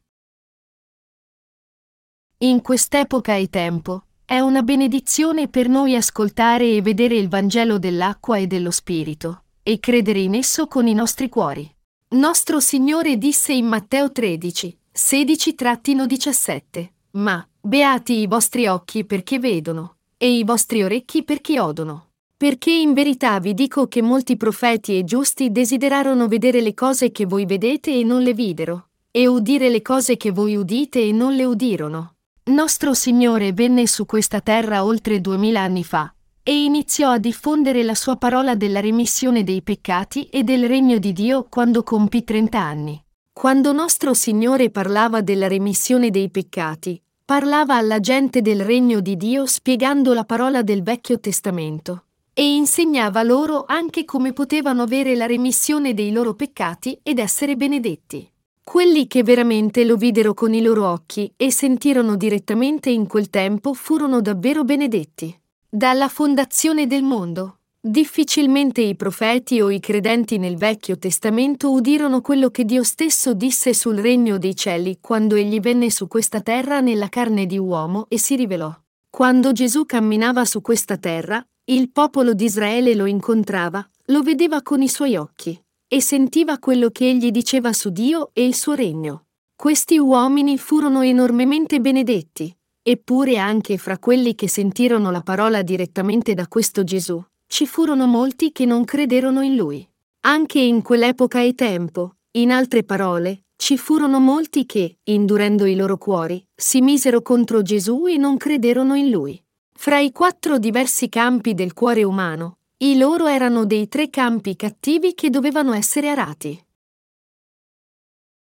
In quest'epoca e tempo, è una benedizione per noi ascoltare e vedere il Vangelo dell'acqua e dello Spirito, e credere in esso con i nostri cuori. Nostro Signore disse in Matteo 13, 16-17, ma, beati i vostri occhi perché vedono, e i vostri orecchi perché odono. Perché in verità vi dico che molti profeti e giusti desiderarono vedere le cose che voi vedete e non le videro, e udire le cose che voi udite e non le udirono. Nostro Signore venne su questa terra oltre 2000 anni fa, e iniziò a diffondere la sua parola della remissione dei peccati e del regno di Dio quando compì 30 anni. Quando nostro Signore parlava della remissione dei peccati, parlava alla gente del regno di Dio spiegando la parola del Vecchio Testamento, e insegnava loro anche come potevano avere la remissione dei loro peccati ed essere benedetti. Quelli che veramente lo videro con i loro occhi e sentirono direttamente in quel tempo furono davvero benedetti. Dalla fondazione del mondo, difficilmente i profeti o i credenti nel Vecchio Testamento udirono quello che Dio stesso disse sul regno dei cieli quando egli venne su questa terra nella carne di uomo e si rivelò. Quando Gesù camminava su questa terra, il popolo di Israele lo incontrava, lo vedeva con i suoi occhi e sentiva quello che egli diceva su Dio e il suo regno. Questi uomini furono enormemente benedetti, eppure anche fra quelli che sentirono la parola direttamente da questo Gesù, ci furono molti che non crederono in lui. Anche in quell'epoca e tempo, in altre parole, ci furono molti che, indurendo i loro cuori, si misero contro Gesù e non crederono in lui. Fra i 4 diversi campi del cuore umano, i loro erano dei 3 campi cattivi che dovevano essere arati.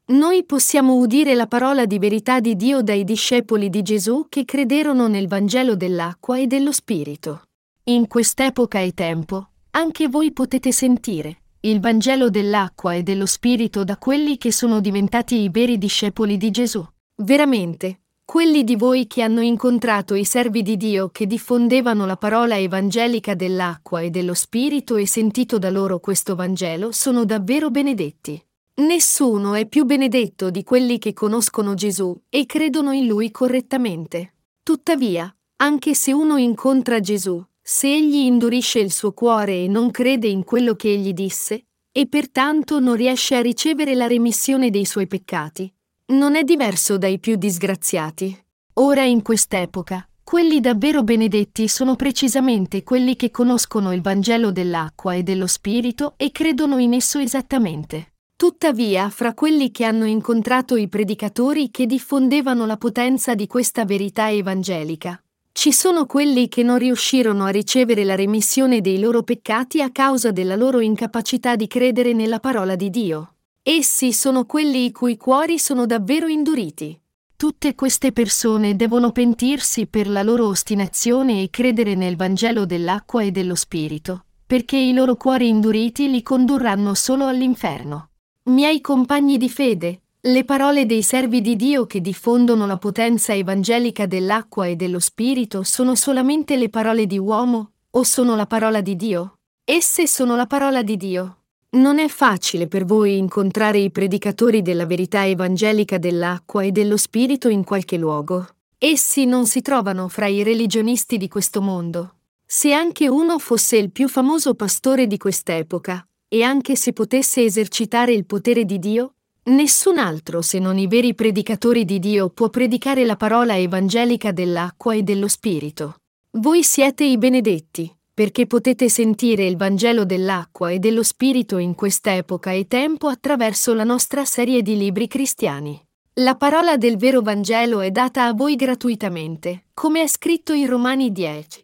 Noi possiamo udire la parola di verità di Dio dai discepoli di Gesù che crederono nel Vangelo dell'acqua e dello Spirito. In quest'epoca e tempo, anche voi potete sentire il Vangelo dell'acqua e dello Spirito da quelli che sono diventati i veri discepoli di Gesù. Veramente, quelli di voi che hanno incontrato i servi di Dio che diffondevano la parola evangelica dell'acqua e dello Spirito e sentito da loro questo Vangelo sono davvero benedetti. Nessuno è più benedetto di quelli che conoscono Gesù e credono in Lui correttamente. Tuttavia, anche se uno incontra Gesù, se egli indurisce il suo cuore e non crede in quello che egli disse, e pertanto non riesce a ricevere la remissione dei suoi peccati, non è diverso dai più disgraziati. Ora in quest'epoca, quelli davvero benedetti sono precisamente quelli che conoscono il Vangelo dell'acqua e dello Spirito e credono in esso esattamente. Tuttavia, fra quelli che hanno incontrato i predicatori che diffondevano la potenza di questa verità evangelica, ci sono quelli che non riuscirono a ricevere la remissione dei loro peccati a causa della loro incapacità di credere nella parola di Dio. Essi sono quelli i cui cuori sono davvero induriti. Tutte queste persone devono pentirsi per la loro ostinazione e credere nel Vangelo dell'acqua e dello Spirito, perché i loro cuori induriti li condurranno solo all'inferno. Miei compagni di fede, le parole dei servi di Dio che diffondono la potenza evangelica dell'acqua e dello Spirito sono solamente le parole di uomo, o sono la parola di Dio? Esse sono la parola di Dio. Non è facile per voi incontrare i predicatori della verità evangelica dell'acqua e dello Spirito in qualche luogo. Essi non si trovano fra i religionisti di questo mondo. Se anche uno fosse il più famoso pastore di quest'epoca, e anche se potesse esercitare il potere di Dio, nessun altro se non i veri predicatori di Dio può predicare la parola evangelica dell'acqua e dello Spirito. Voi siete i benedetti, perché potete sentire il Vangelo dell'acqua e dello Spirito in quest'epoca e tempo attraverso la nostra serie di libri cristiani. La parola del vero Vangelo è data a voi gratuitamente, come è scritto in Romani 10,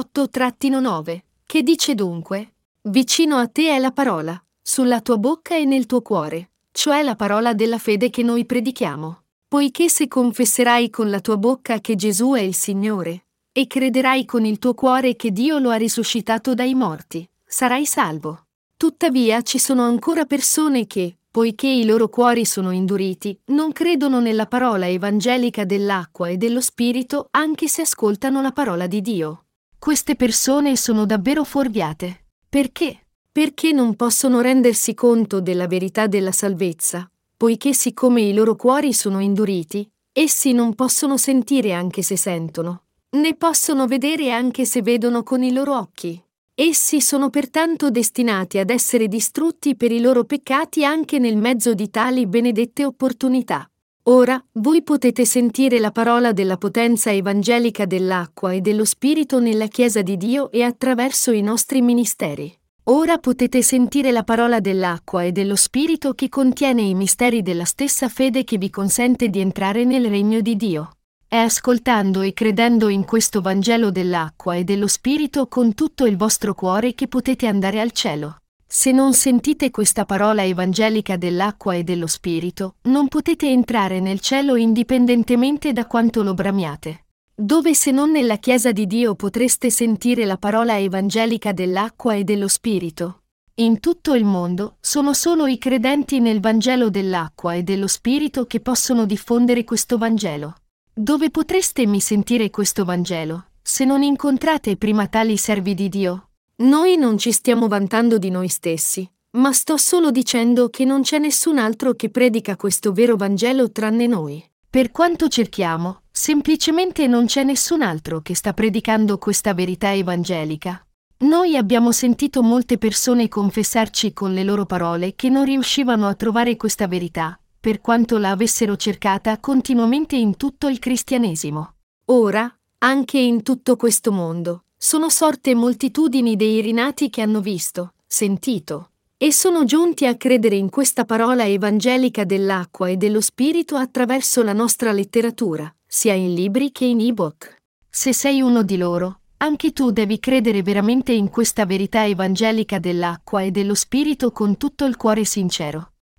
8-9, che dice dunque: vicino a te è la parola, sulla tua bocca e nel tuo cuore, cioè la parola della fede che noi predichiamo. Poiché se confesserai con la tua bocca che Gesù è il Signore, e crederai con il tuo cuore che Dio lo ha risuscitato dai morti, sarai salvo. Tuttavia ci sono ancora persone che, poiché i loro cuori sono induriti, non credono nella parola evangelica dell'acqua e dello Spirito anche se ascoltano la parola di Dio. Queste persone sono davvero fuorviate. Perché? Perché non possono rendersi conto della verità della salvezza, poiché siccome i loro cuori sono induriti, essi non possono sentire anche se sentono, né possono vedere anche se vedono con i loro occhi. Essi sono pertanto destinati ad essere distrutti per i loro peccati anche nel mezzo di tali benedette opportunità. Ora, voi potete sentire la parola della potenza evangelica dell'acqua e dello Spirito nella Chiesa di Dio e attraverso i nostri ministeri. Ora potete sentire la parola dell'acqua e dello Spirito che contiene i misteri della stessa fede che vi consente di entrare nel regno di Dio. È ascoltando e credendo in questo Vangelo dell'acqua e dello Spirito con tutto il vostro cuore che potete andare al cielo. Se non sentite questa parola evangelica dell'acqua e dello Spirito, non potete entrare nel cielo indipendentemente da quanto lo bramiate. Dove se non nella Chiesa di Dio potreste sentire la parola evangelica dell'acqua e dello Spirito? In tutto il mondo sono solo i credenti nel Vangelo dell'acqua e dello Spirito che possono diffondere questo Vangelo. Dove potreste mi sentire questo Vangelo, se non incontrate prima tali servi di Dio? Noi non ci stiamo vantando di noi stessi, ma sto solo dicendo che non c'è nessun altro che predica questo vero Vangelo tranne noi. Per quanto cerchiamo, semplicemente non c'è nessun altro che sta predicando questa verità evangelica. Noi abbiamo sentito molte persone confessarci con le loro parole che non riuscivano a trovare questa verità, per quanto la avessero cercata continuamente in tutto il cristianesimo. Ora, anche in tutto questo mondo, sono sorte moltitudini dei rinati che hanno visto, sentito, e sono giunti a credere in questa parola evangelica dell'acqua e dello Spirito attraverso la nostra letteratura, sia in libri che in ebook. Se sei uno di loro, anche tu devi credere veramente in questa verità evangelica dell'acqua e dello Spirito con tutto il cuore sincero.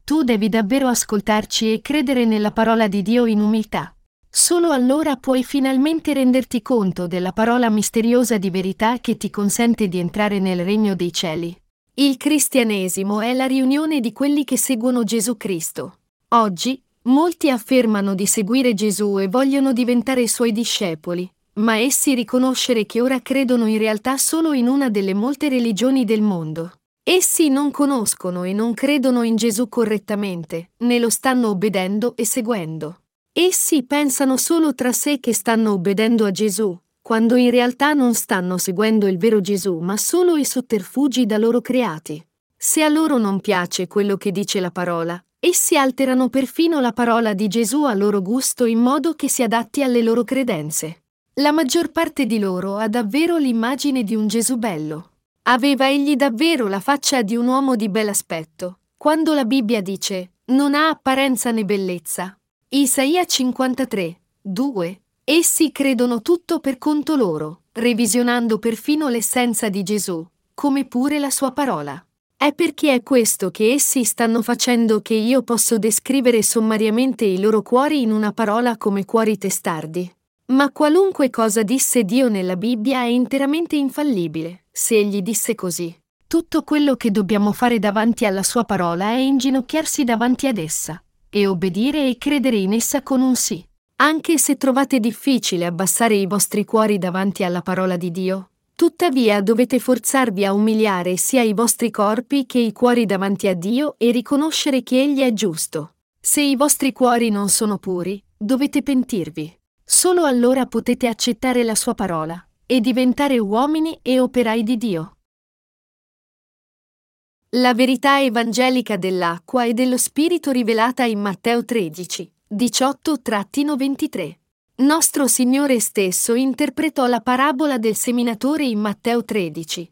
Tu devi davvero ascoltarci e credere nella parola di Dio in umiltà. Solo allora puoi finalmente renderti conto della parola misteriosa di verità che ti consente di entrare nel regno dei cieli. Il cristianesimo è la riunione di quelli che seguono Gesù Cristo. Oggi, molti affermano di seguire Gesù e vogliono diventare suoi discepoli, ma essi riconoscere che ora credono in realtà solo in una delle molte religioni del mondo. Essi non conoscono e non credono in Gesù correttamente, né lo stanno obbedendo e seguendo. Essi pensano solo tra sé che stanno obbedendo a Gesù, quando in realtà non stanno seguendo il vero Gesù ma solo i sotterfugi da loro creati. Se a loro non piace quello che dice la parola, essi alterano perfino la parola di Gesù a loro gusto in modo che si adatti alle loro credenze. La maggior parte di loro ha davvero l'immagine di un Gesù bello. Aveva egli davvero la faccia di un uomo di bell'aspetto, quando la Bibbia dice, non ha apparenza né bellezza. Isaia 53, 2. Essi credono tutto per conto loro, revisionando perfino l'essenza di Gesù, come pure la sua parola. È perché è questo che essi stanno facendo che io posso descrivere sommariamente i loro cuori in una parola come cuori testardi. Ma qualunque cosa disse Dio nella Bibbia è interamente infallibile, se egli disse così. Tutto quello che dobbiamo fare davanti alla sua parola è inginocchiarsi davanti ad essa, e obbedire e credere in essa con un sì. Anche se trovate difficile abbassare i vostri cuori davanti alla parola di Dio, tuttavia dovete forzarvi a umiliare sia i vostri corpi che i cuori davanti a Dio e riconoscere che Egli è giusto. Se i vostri cuori non sono puri, dovete pentirvi. Solo allora potete accettare la sua parola e diventare uomini e operai di Dio. La verità evangelica dell'acqua e dello Spirito rivelata in Matteo 13, 18-23. Nostro Signore stesso interpretò la parabola del seminatore in Matteo 13,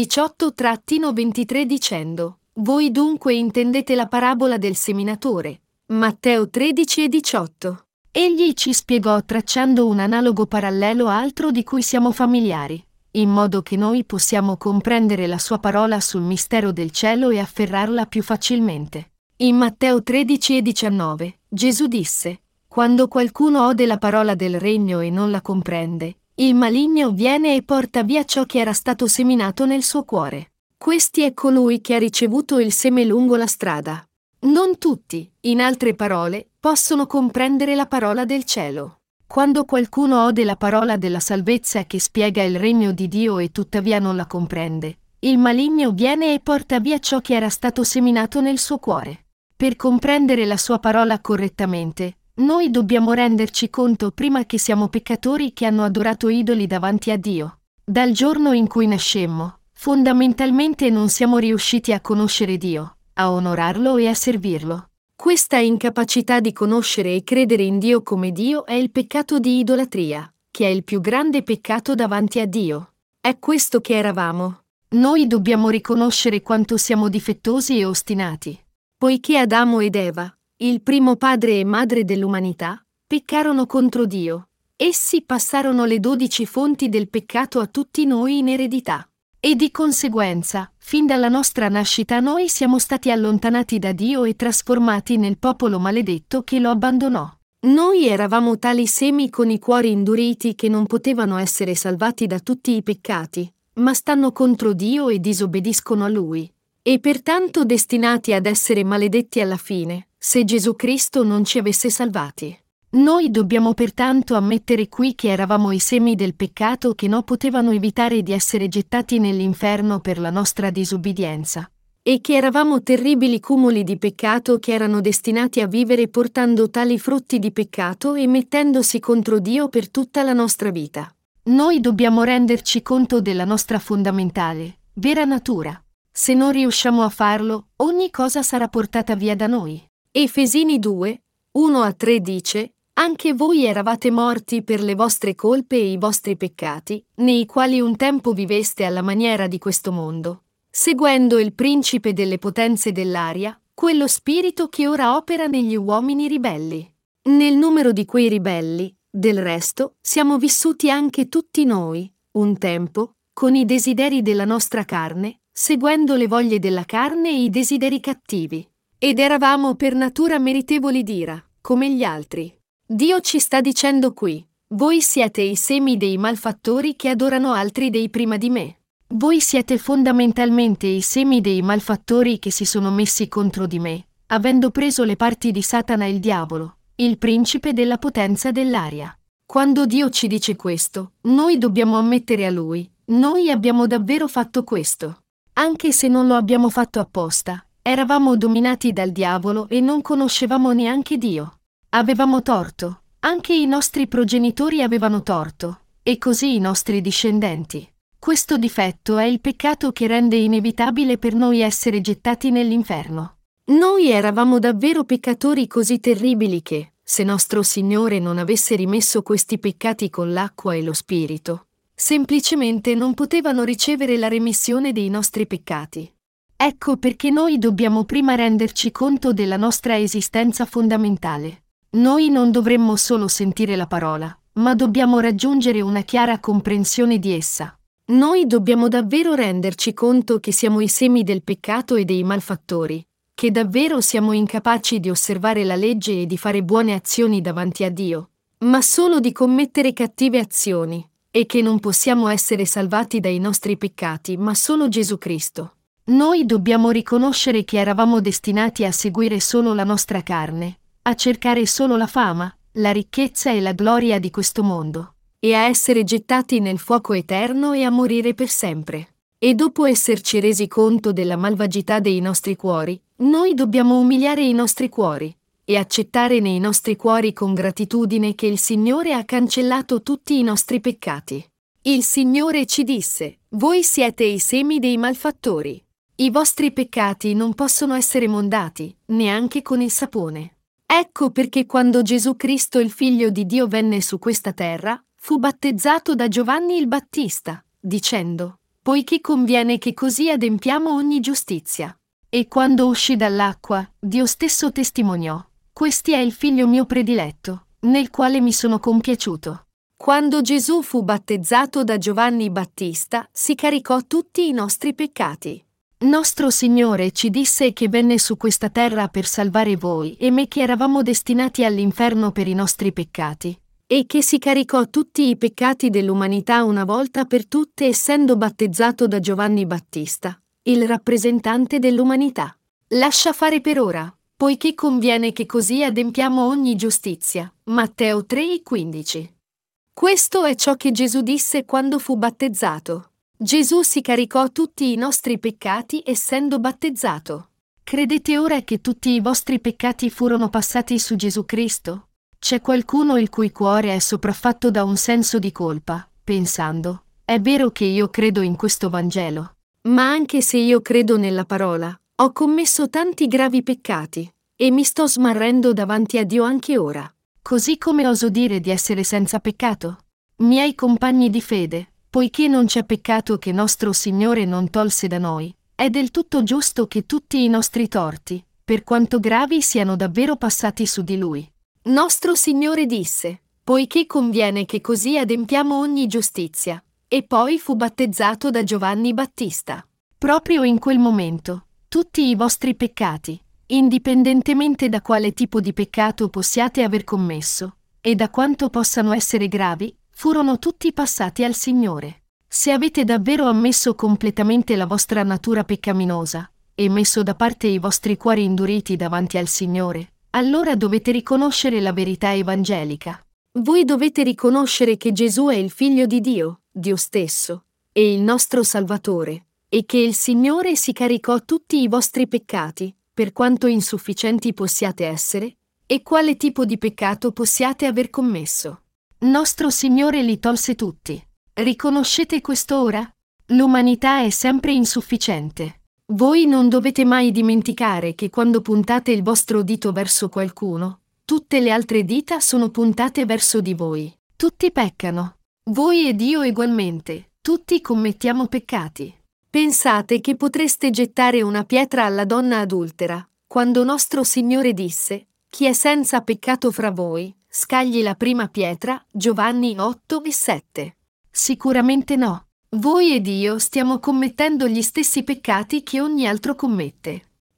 18-23 dicendo: Voi dunque intendete la parabola del seminatore. Matteo 13 e 18. Egli ci spiegò tracciando un analogo parallelo a altro di cui siamo familiari, in modo che noi possiamo comprendere la sua parola sul mistero del cielo e afferrarla più facilmente. In Matteo 13 e 19, Gesù disse: Quando qualcuno ode la parola del regno e non la comprende, il maligno viene e porta via ciò che era stato seminato nel suo cuore. Questi è colui che ha ricevuto il seme lungo la strada. Non tutti, in altre parole, possono comprendere la parola del cielo. Quando qualcuno ode la parola della salvezza che spiega il regno di Dio e tuttavia non la comprende, il maligno viene e porta via ciò che era stato seminato nel suo cuore. Per comprendere la sua parola correttamente, noi dobbiamo renderci conto prima che siamo peccatori che hanno adorato idoli davanti a Dio. Dal giorno in cui nascemmo, fondamentalmente non siamo riusciti a conoscere Dio, a onorarlo e a servirlo. Questa incapacità di conoscere e credere in Dio come Dio è il peccato di idolatria, che è il più grande peccato davanti a Dio. È questo che eravamo. Noi dobbiamo riconoscere quanto siamo difettosi e ostinati. Poiché Adamo ed Eva, il primo padre e madre dell'umanità, peccarono contro Dio, essi passarono le 12 fonti del peccato a tutti noi in eredità. E di conseguenza, fin dalla nostra nascita noi siamo stati allontanati da Dio e trasformati nel popolo maledetto che lo abbandonò. Noi eravamo tali semi con i cuori induriti che non potevano essere salvati da tutti i peccati, ma stanno contro Dio e disobbediscono a Lui, e pertanto destinati ad essere maledetti alla fine, se Gesù Cristo non ci avesse salvati. Noi dobbiamo pertanto ammettere qui che eravamo i semi del peccato che non potevano evitare di essere gettati nell'inferno per la nostra disobbedienza, e che eravamo terribili cumuli di peccato che erano destinati a vivere portando tali frutti di peccato e mettendosi contro Dio per tutta la nostra vita. Noi dobbiamo renderci conto della nostra fondamentale, vera natura. Se non riusciamo a farlo, ogni cosa sarà portata via da noi. Efesini 2, 1-3 dice: Anche voi eravate morti per le vostre colpe e i vostri peccati, nei quali un tempo viveste alla maniera di questo mondo, seguendo il principe delle potenze dell'aria, quello spirito che ora opera negli uomini ribelli. Nel numero di quei ribelli, del resto, siamo vissuti anche tutti noi, un tempo, con i desideri della nostra carne, seguendo le voglie della carne e i desideri cattivi. Ed eravamo per natura meritevoli d'ira, come gli altri. Dio ci sta dicendo qui: voi siete i semi dei malfattori che adorano altri dei prima di me. Voi siete fondamentalmente i semi dei malfattori che si sono messi contro di me, avendo preso le parti di Satana il diavolo, il principe della potenza dell'aria. Quando Dio ci dice questo, noi dobbiamo ammettere a Lui: noi abbiamo davvero fatto questo. Anche se non lo abbiamo fatto apposta, eravamo dominati dal diavolo e non conoscevamo neanche Dio. Avevamo torto, anche i nostri progenitori avevano torto, e così i nostri discendenti. Questo difetto è il peccato che rende inevitabile per noi essere gettati nell'inferno. Noi eravamo davvero peccatori così terribili che, se nostro Signore non avesse rimesso questi peccati con l'acqua e lo Spirito, semplicemente non potevano ricevere la remissione dei nostri peccati. Ecco perché noi dobbiamo prima renderci conto della nostra esistenza fondamentale. Noi non dovremmo solo sentire la parola, ma dobbiamo raggiungere una chiara comprensione di essa. Noi dobbiamo davvero renderci conto che siamo i semi del peccato e dei malfattori, che davvero siamo incapaci di osservare la legge e di fare buone azioni davanti a Dio, ma solo di commettere cattive azioni, e che non possiamo essere salvati dai nostri peccati ma solo Gesù Cristo. Noi dobbiamo riconoscere che eravamo destinati a seguire solo la nostra carne, a cercare solo la fama, la ricchezza e la gloria di questo mondo, e a essere gettati nel fuoco eterno e a morire per sempre. E dopo esserci resi conto della malvagità dei nostri cuori, noi dobbiamo umiliare i nostri cuori e accettare nei nostri cuori con gratitudine che il Signore ha cancellato tutti i nostri peccati. Il Signore ci disse: voi siete i semi dei malfattori. I vostri peccati non possono essere mondati, neanche con il sapone. Ecco perché quando Gesù Cristo, il Figlio di Dio, venne su questa terra, fu battezzato da Giovanni il Battista, dicendo: poiché conviene che così adempiamo ogni giustizia. E quando uscì dall'acqua, Dio stesso testimoniò: questi è il Figlio mio prediletto, nel quale mi sono compiaciuto. Quando Gesù fu battezzato da Giovanni Battista, si caricò tutti i nostri peccati. Nostro Signore ci disse che venne su questa terra per salvare voi e me che eravamo destinati all'inferno per i nostri peccati, e che si caricò tutti i peccati dell'umanità una volta per tutte essendo battezzato da Giovanni Battista, il rappresentante dell'umanità. Lascia fare per ora, poiché conviene che così adempiamo ogni giustizia. Matteo 3,15. Questo è ciò che Gesù disse quando fu battezzato. Gesù si caricò tutti i nostri peccati essendo battezzato. Credete ora che tutti i vostri peccati furono passati su Gesù Cristo? C'è qualcuno il cui cuore è sopraffatto da un senso di colpa, pensando: è vero che io credo in questo Vangelo, ma anche se io credo nella parola, ho commesso tanti gravi peccati, e mi sto smarrendo davanti a Dio anche ora. Così come oso dire di essere senza peccato? Miei compagni di fede, poiché non c'è peccato che nostro Signore non tolse da noi, è del tutto giusto che tutti i nostri torti, per quanto gravi, siano davvero passati su di Lui. Nostro Signore disse: poiché conviene che così adempiamo ogni giustizia, e poi fu battezzato da Giovanni Battista. Proprio in quel momento, tutti i vostri peccati, indipendentemente da quale tipo di peccato possiate aver commesso, e da quanto possano essere gravi, furono tutti passati al Signore. Se avete davvero ammesso completamente la vostra natura peccaminosa, e messo da parte i vostri cuori induriti davanti al Signore, allora dovete riconoscere la verità evangelica. Voi dovete riconoscere che Gesù è il Figlio di Dio, Dio stesso, e il nostro Salvatore, e che il Signore si caricò tutti i vostri peccati, per quanto insufficienti possiate essere, e quale tipo di peccato possiate aver commesso. Nostro Signore li tolse tutti. Riconoscete questo ora? L'umanità è sempre insufficiente. Voi non dovete mai dimenticare che quando puntate il vostro dito verso qualcuno, tutte le altre dita sono puntate verso di voi. Tutti peccano. Voi ed io ugualmente, tutti commettiamo peccati. Pensate che potreste gettare una pietra alla donna adultera, quando nostro Signore disse: chi è senza peccato fra voi, scagli la prima pietra, Giovanni 8:7. Sicuramente no. Voi ed io stiamo commettendo gli stessi peccati che ogni altro commette.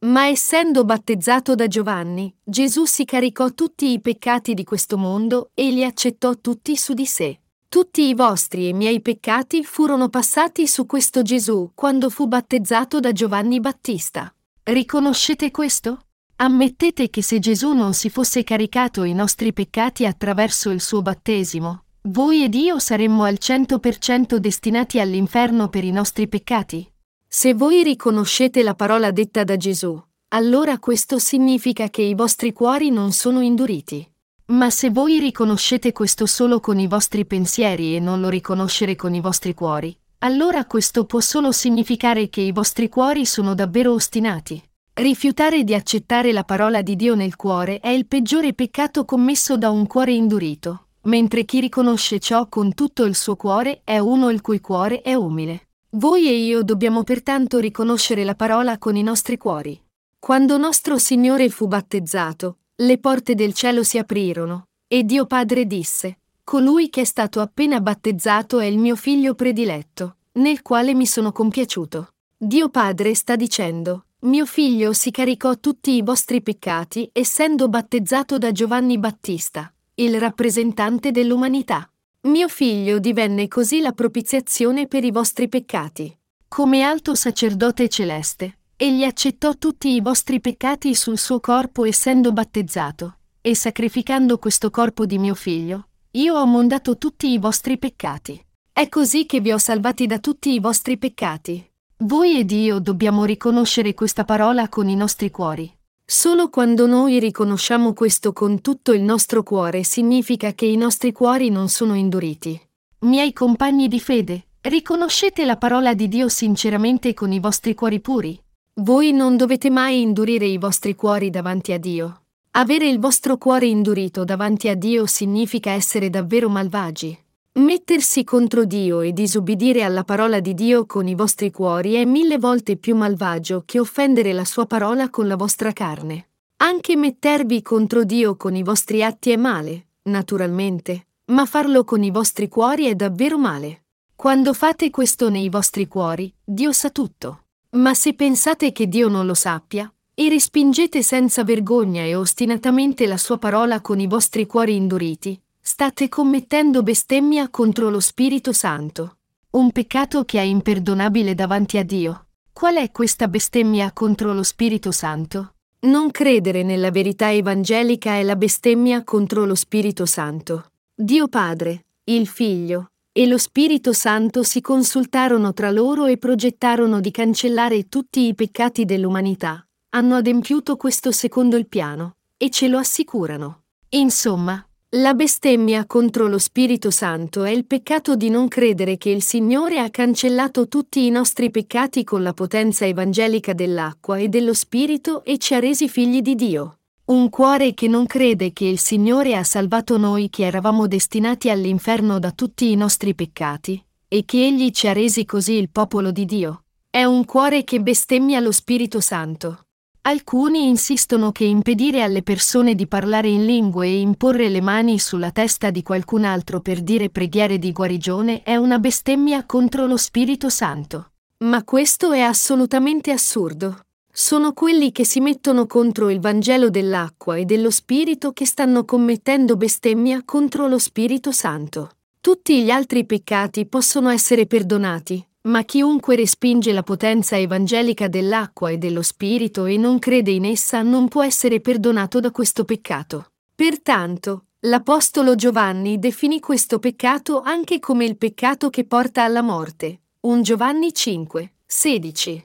Ma essendo battezzato da Giovanni, Gesù si caricò tutti i peccati di questo mondo e li accettò tutti su di sé. Tutti i vostri e miei peccati furono passati su questo Gesù quando fu battezzato da Giovanni Battista. Riconoscete questo? Ammettete che se Gesù non si fosse caricato i nostri peccati attraverso il suo battesimo, voi ed io saremmo al 100% destinati all'inferno per i nostri peccati? Se voi riconoscete la parola detta da Gesù, allora questo significa che i vostri cuori non sono induriti. Ma se voi riconoscete questo solo con i vostri pensieri e non lo riconoscere con i vostri cuori, allora questo può solo significare che i vostri cuori sono davvero ostinati. Rifiutare di accettare la parola di Dio nel cuore è il peggiore peccato commesso da un cuore indurito, mentre chi riconosce ciò con tutto il suo cuore è uno il cui cuore è umile. Voi e io dobbiamo pertanto riconoscere la parola con i nostri cuori. Quando nostro Signore fu battezzato, le porte del cielo si aprirono, e Dio Padre disse: «Colui che è stato appena battezzato è il mio figlio prediletto, nel quale mi sono compiaciuto». Dio Padre sta dicendo: «Mio figlio si caricò tutti i vostri peccati essendo battezzato da Giovanni Battista, il rappresentante dell'umanità. Mio figlio divenne così la propiziazione per i vostri peccati. Come alto sacerdote celeste, egli accettò tutti i vostri peccati sul suo corpo essendo battezzato, e sacrificando questo corpo di mio figlio, io ho mondato tutti i vostri peccati. È così che vi ho salvati da tutti i vostri peccati». Voi ed io dobbiamo riconoscere questa parola con i nostri cuori. Solo quando noi riconosciamo questo con tutto il nostro cuore significa che i nostri cuori non sono induriti. Miei compagni di fede, riconoscete la parola di Dio sinceramente con i vostri cuori puri. Voi non dovete mai indurire i vostri cuori davanti a Dio. Avere il vostro cuore indurito davanti a Dio significa essere davvero malvagi. Mettersi contro Dio e disubbidire alla parola di Dio con i vostri cuori è 1000 volte più malvagio che offendere la sua parola con la vostra carne. Anche mettervi contro Dio con i vostri atti è male, naturalmente, ma farlo con i vostri cuori è davvero male. Quando fate questo nei vostri cuori, Dio sa tutto. Ma se pensate che Dio non lo sappia, e respingete senza vergogna e ostinatamente la sua parola con i vostri cuori induriti, state commettendo bestemmia contro lo Spirito Santo. Un peccato che è imperdonabile davanti a Dio. Qual è questa bestemmia contro lo Spirito Santo? Non credere nella verità evangelica è la bestemmia contro lo Spirito Santo. Dio Padre, il Figlio e lo Spirito Santo si consultarono tra loro e progettarono di cancellare tutti i peccati dell'umanità. Hanno adempiuto questo secondo il piano, e ce lo assicurano. Insomma, la bestemmia contro lo Spirito Santo è il peccato di non credere che il Signore ha cancellato tutti i nostri peccati con la potenza evangelica dell'acqua e dello Spirito e ci ha resi figli di Dio. Un cuore che non crede che il Signore ha salvato noi che eravamo destinati all'inferno da tutti i nostri peccati, e che Egli ci ha resi così il popolo di Dio, è un cuore che bestemmia lo Spirito Santo. Alcuni insistono che impedire alle persone di parlare in lingue e imporre le mani sulla testa di qualcun altro per dire preghiere di guarigione è una bestemmia contro lo Spirito Santo. Ma questo è assolutamente assurdo. Sono quelli che si mettono contro il Vangelo dell'acqua e dello Spirito che stanno commettendo bestemmia contro lo Spirito Santo. Tutti gli altri peccati possono essere perdonati, ma chiunque respinge la potenza evangelica dell'acqua e dello Spirito e non crede in essa non può essere perdonato da questo peccato. Pertanto, l'Apostolo Giovanni definì questo peccato anche come il peccato che porta alla morte. 1 Giovanni 5, 16.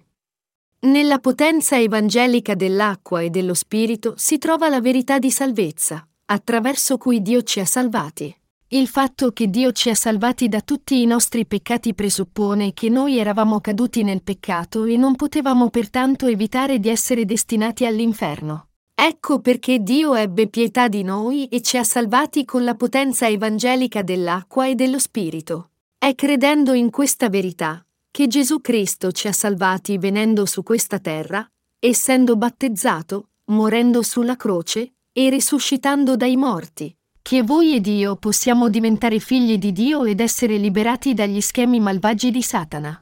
Nella potenza evangelica dell'acqua e dello Spirito si trova la verità di salvezza, attraverso cui Dio ci ha salvati. Il fatto che Dio ci ha salvati da tutti i nostri peccati presuppone che noi eravamo caduti nel peccato e non potevamo pertanto evitare di essere destinati all'inferno. Ecco perché Dio ebbe pietà di noi e ci ha salvati con la potenza evangelica dell'acqua e dello Spirito. È credendo in questa verità che Gesù Cristo ci ha salvati venendo su questa terra, essendo battezzato, morendo sulla croce e risuscitando dai morti, che voi ed io possiamo diventare figli di Dio ed essere liberati dagli schemi malvagi di Satana. È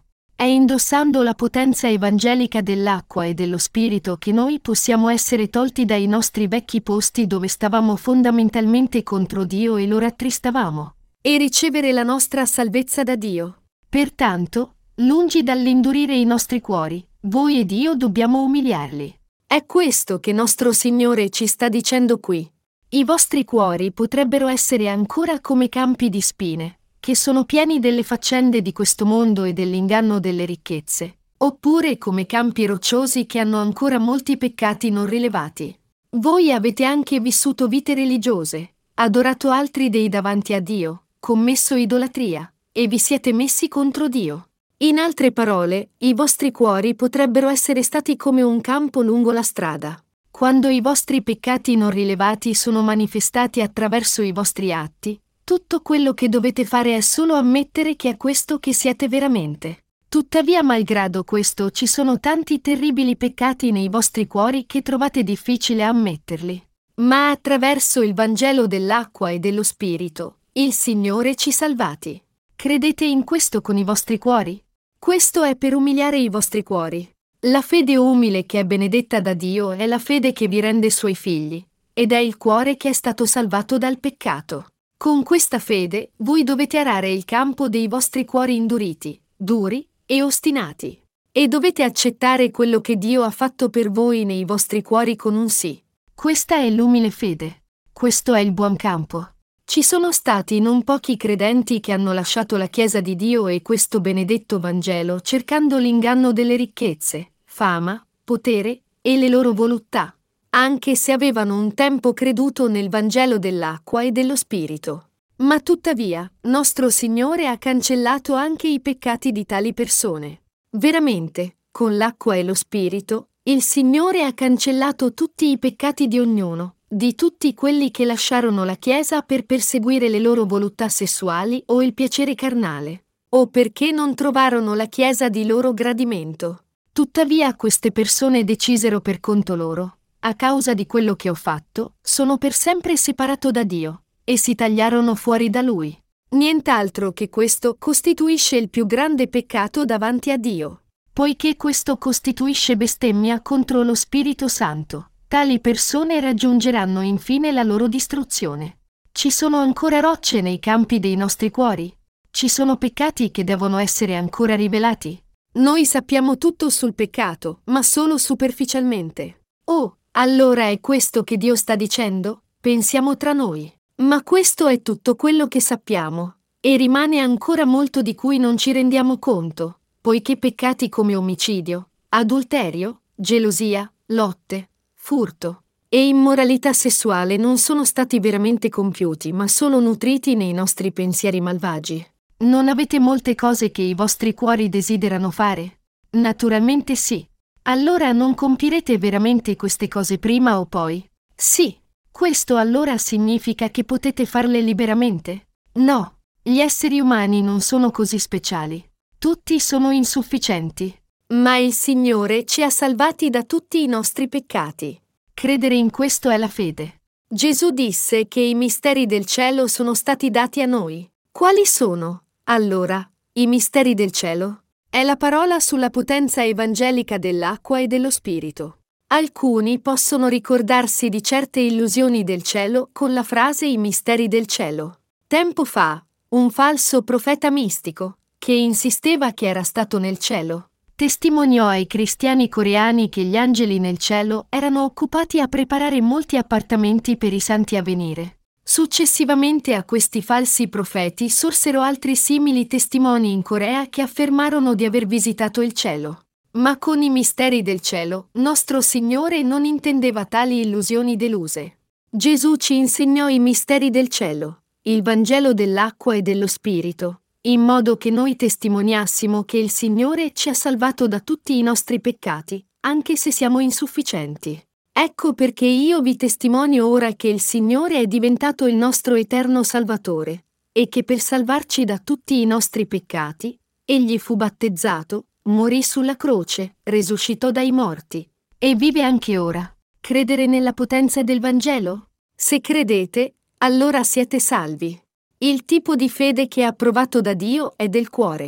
È indossando la potenza evangelica dell'acqua e dello Spirito che noi possiamo essere tolti dai nostri vecchi posti dove stavamo fondamentalmente contro Dio e lo rattristavamo, e ricevere la nostra salvezza da Dio. Pertanto, lungi dall'indurire i nostri cuori, voi ed io dobbiamo umiliarli. È questo che nostro Signore ci sta dicendo qui. I vostri cuori potrebbero essere ancora come campi di spine, che sono pieni delle faccende di questo mondo e dell'inganno delle ricchezze, oppure come campi rocciosi che hanno ancora molti peccati non rilevati. Voi avete anche vissuto vite religiose, adorato altri dei davanti a Dio, commesso idolatria, e vi siete messi contro Dio. In altre parole, i vostri cuori potrebbero essere stati come un campo lungo la strada. Quando i vostri peccati non rilevati sono manifestati attraverso i vostri atti, tutto quello che dovete fare è solo ammettere che è questo che siete veramente. Tuttavia, malgrado questo, ci sono tanti terribili peccati nei vostri cuori che trovate difficile ammetterli. Ma attraverso il Vangelo dell'acqua e dello Spirito, il Signore ci salvati. Credete in questo con i vostri cuori? Questo è per umiliare i vostri cuori. La fede umile che è benedetta da Dio è la fede che vi rende suoi figli, ed è il cuore che è stato salvato dal peccato. Con questa fede, voi dovete arare il campo dei vostri cuori induriti, duri e ostinati. E dovete accettare quello che Dio ha fatto per voi nei vostri cuori con un sì. Questa è l'umile fede. Questo è il buon campo. Ci sono stati non pochi credenti che hanno lasciato la Chiesa di Dio e questo benedetto Vangelo cercando l'inganno delle ricchezze, fama, potere e le loro voluttà, anche se avevano un tempo creduto nel Vangelo dell'acqua e dello Spirito. Ma tuttavia, nostro Signore ha cancellato anche i peccati di tali persone. Veramente, con l'acqua e lo Spirito, il Signore ha cancellato tutti i peccati di ognuno, di tutti quelli che lasciarono la Chiesa per perseguire le loro voluttà sessuali o il piacere carnale, o perché non trovarono la Chiesa di loro gradimento. Tuttavia queste persone decisero per conto loro, a causa di quello che ho fatto, sono per sempre separato da Dio, e si tagliarono fuori da Lui. Nient'altro che questo costituisce il più grande peccato davanti a Dio. Poiché questo costituisce bestemmia contro lo Spirito Santo, tali persone raggiungeranno infine la loro distruzione. Ci sono ancora rocce nei campi dei nostri cuori? Ci sono peccati che devono essere ancora rivelati? Noi sappiamo tutto sul peccato, ma solo superficialmente. Oh, allora è questo che Dio sta dicendo? Pensiamo tra noi. Ma questo è tutto quello che sappiamo, e rimane ancora molto di cui non ci rendiamo conto, poiché peccati come omicidio, adulterio, gelosia, lotte, furto e immoralità sessuale non sono stati veramente compiuti, ma solo nutriti nei nostri pensieri malvagi. Non avete molte cose che i vostri cuori desiderano fare? Naturalmente sì. Allora non compirete veramente queste cose prima o poi? Sì. Questo allora significa che potete farle liberamente? No. Gli esseri umani non sono così speciali. Tutti sono insufficienti. Ma il Signore ci ha salvati da tutti i nostri peccati. Credere in questo è la fede. Gesù disse che i misteri del cielo sono stati dati a noi. Quali sono, allora, i misteri del cielo? È la parola sulla potenza evangelica dell'acqua e dello Spirito. Alcuni possono ricordarsi di certe illusioni del cielo con la frase i misteri del cielo. Tempo fa, un falso profeta mistico, che insisteva che era stato nel cielo, testimoniò ai cristiani coreani che gli angeli nel cielo erano occupati a preparare molti appartamenti per i santi a venire. Successivamente a questi falsi profeti sorsero altri simili testimoni in Corea che affermarono di aver visitato il cielo. Ma con i misteri del cielo, nostro Signore non intendeva tali illusioni deluse. Gesù ci insegnò i misteri del cielo, il Vangelo dell'acqua e dello Spirito, in modo che noi testimoniassimo che il Signore ci ha salvato da tutti i nostri peccati, anche se siamo insufficienti. Ecco perché io vi testimonio ora che il Signore è diventato il nostro eterno Salvatore, e che per salvarci da tutti i nostri peccati, Egli fu battezzato, morì sulla croce, risuscitò dai morti, e vive anche ora. Credere nella potenza del Vangelo? Se credete, allora siete salvi. Il tipo di fede che è approvato da Dio è del cuore.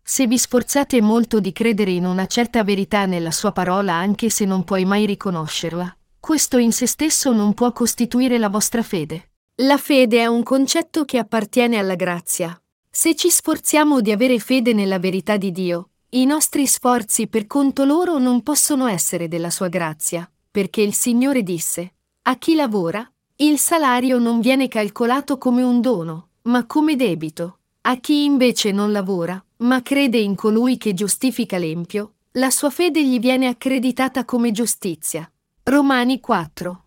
Se vi sforzate molto di credere in una certa verità nella sua parola anche se non puoi mai riconoscerla, questo in se stesso non può costituire la vostra fede. La fede è un concetto che appartiene alla grazia. Se ci sforziamo di avere fede nella verità di Dio, i nostri sforzi per conto loro non possono essere della sua grazia, perché il Signore disse: a chi lavora, il salario non viene calcolato come un dono, ma come debito. A chi invece non lavora, ma crede in colui che giustifica l'empio, la sua fede gli viene accreditata come giustizia. Romani 4,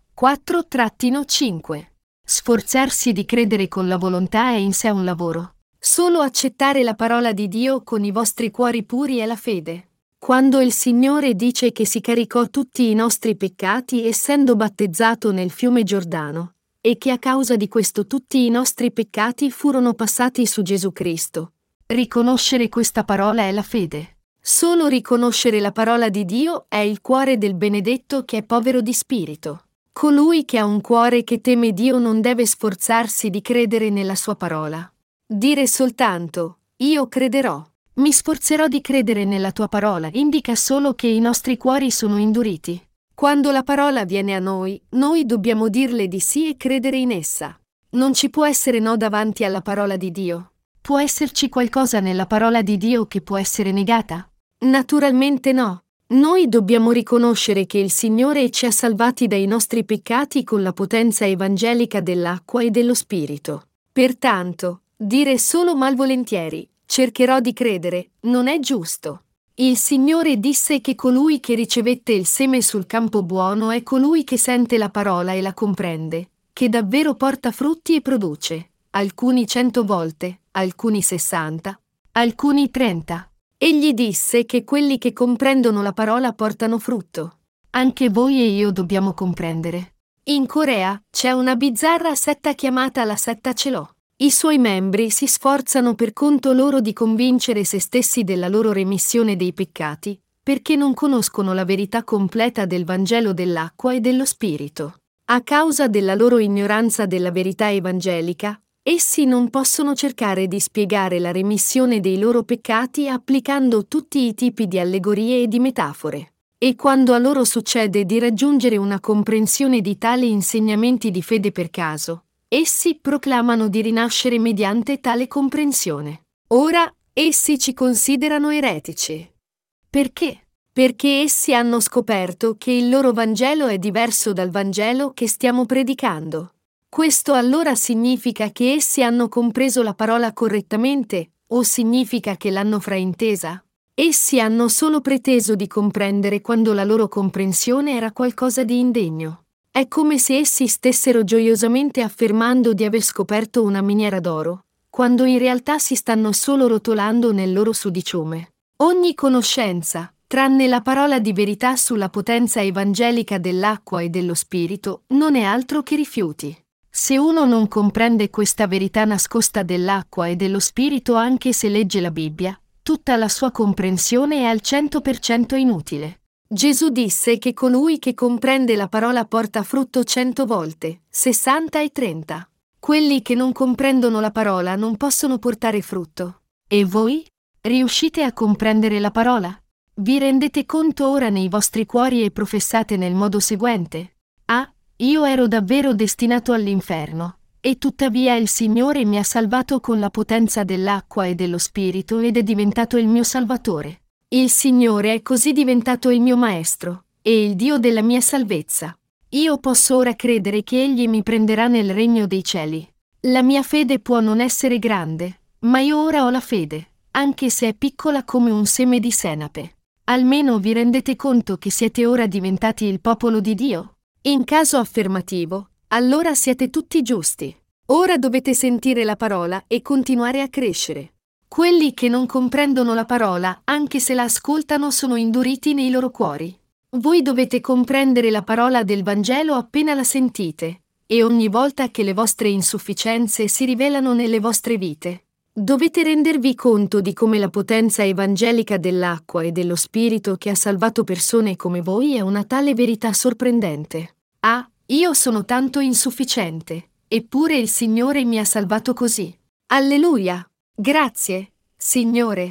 4-5. Sforzarsi di credere con la volontà è in sé un lavoro. Solo accettare la parola di Dio con i vostri cuori puri è la fede. Quando il Signore dice che si caricò tutti i nostri peccati essendo battezzato nel fiume Giordano, e che a causa di questo tutti i nostri peccati furono passati su Gesù Cristo, riconoscere questa parola è la fede. Solo riconoscere la parola di Dio è il cuore del benedetto che è povero di spirito. Colui che ha un cuore che teme Dio non deve sforzarsi di credere nella sua parola. Dire soltanto, io crederò, mi sforzerò di credere nella tua parola, indica solo che i nostri cuori sono induriti. Quando la parola viene a noi dobbiamo dirle di sì e credere in essa. Non ci può essere no davanti alla parola di Dio. Può esserci qualcosa nella parola di Dio che può essere negata? Naturalmente no. Noi dobbiamo riconoscere che il Signore ci ha salvati dai nostri peccati con la potenza evangelica dell'acqua e dello Spirito. Pertanto, dire solo malvolentieri, cercherò di credere, non è giusto. Il Signore disse che colui che ricevette il seme sul campo buono è colui che sente la parola e la comprende, che davvero porta frutti e produce, alcuni 100 volte, alcuni 60, alcuni 30. Egli disse che quelli che comprendono la parola portano frutto. Anche voi e io dobbiamo comprendere. In Corea c'è una bizzarra setta chiamata la setta Celò. I suoi membri si sforzano per conto loro di convincere se stessi della loro remissione dei peccati, perché non conoscono la verità completa del Vangelo dell'acqua e dello Spirito. A causa della loro ignoranza della verità evangelica, essi non possono cercare di spiegare la remissione dei loro peccati applicando tutti i tipi di allegorie e di metafore. E quando a loro succede di raggiungere una comprensione di tali insegnamenti di fede per caso, essi proclamano di rinascere mediante tale comprensione. Ora, essi ci considerano eretici. Perché? Perché essi hanno scoperto che il loro Vangelo è diverso dal Vangelo che stiamo predicando. Questo allora significa che essi hanno compreso la parola correttamente, o significa che l'hanno fraintesa? Essi hanno solo preteso di comprendere quando la loro comprensione era qualcosa di indegno. È come se essi stessero gioiosamente affermando di aver scoperto una miniera d'oro, quando in realtà si stanno solo rotolando nel loro sudiciume. Ogni conoscenza, tranne la parola di verità sulla potenza evangelica dell'acqua e dello Spirito, non è altro che rifiuti. Se uno non comprende questa verità nascosta dell'acqua e dello Spirito anche se legge la Bibbia, tutta la sua comprensione è al 100% inutile. Gesù disse che colui che comprende la parola porta frutto 100 volte, 60 e 30. Quelli che non comprendono la parola non possono portare frutto. E voi? Riuscite a comprendere la parola? Vi rendete conto ora nei vostri cuori e professate nel modo seguente: ah, io ero davvero destinato all'inferno, e tuttavia il Signore mi ha salvato con la potenza dell'acqua e dello Spirito ed è diventato il mio Salvatore. Il Signore è così diventato il mio Maestro, e il Dio della mia salvezza. Io posso ora credere che Egli mi prenderà nel regno dei cieli. La mia fede può non essere grande, ma io ora ho la fede, anche se è piccola come un seme di senape. Almeno vi rendete conto che siete ora diventati il popolo di Dio? In caso affermativo, allora siete tutti giusti. Ora dovete sentire la parola e continuare a crescere. Quelli che non comprendono la parola, anche se la ascoltano, sono induriti nei loro cuori. Voi dovete comprendere la parola del Vangelo appena la sentite, e ogni volta che le vostre insufficienze si rivelano nelle vostre vite. Dovete rendervi conto di come la potenza evangelica dell'acqua e dello Spirito che ha salvato persone come voi è una tale verità sorprendente. Ah, io sono tanto insufficiente, eppure il Signore mi ha salvato così. Alleluia! Grazie, Signore.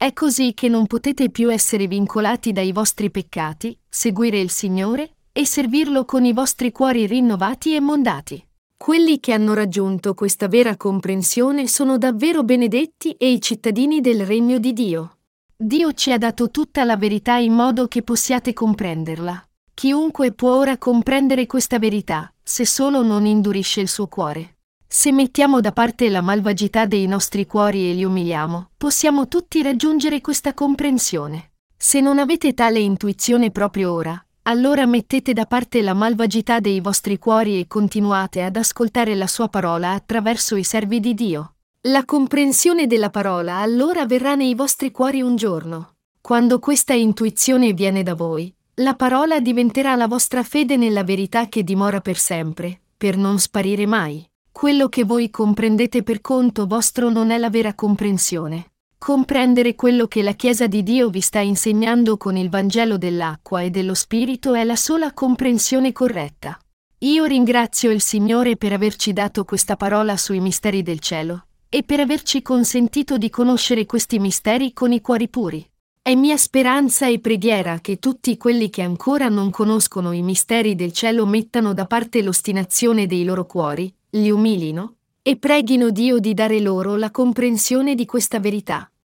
È così che non potete più essere vincolati dai vostri peccati, seguire il Signore e servirlo con i vostri cuori rinnovati e mondati. Quelli che hanno raggiunto questa vera comprensione sono davvero benedetti e i cittadini del regno di Dio. Dio ci ha dato tutta la verità in modo che possiate comprenderla. Chiunque può ora comprendere questa verità, se solo non indurisce il suo cuore. Se mettiamo da parte la malvagità dei nostri cuori e li umiliamo, possiamo tutti raggiungere questa comprensione. Se non avete tale intuizione proprio ora, allora mettete da parte la malvagità dei vostri cuori e continuate ad ascoltare la sua parola attraverso i servi di Dio. La comprensione della parola allora verrà nei vostri cuori un giorno. Quando questa intuizione viene da voi, la parola diventerà la vostra fede nella verità che dimora per sempre, per non sparire mai. Quello che voi comprendete per conto vostro non è la vera comprensione. Comprendere quello che la Chiesa di Dio vi sta insegnando con il Vangelo dell'acqua e dello Spirito è la sola comprensione corretta. Io ringrazio il Signore per averci dato questa parola sui misteri del cielo e per averci consentito di conoscere questi misteri con i cuori puri. È mia speranza e preghiera che tutti quelli che ancora non conoscono i misteri del cielo mettano da parte l'ostinazione dei loro cuori, li umilino e preghino Dio di dare loro la comprensione di questa verità.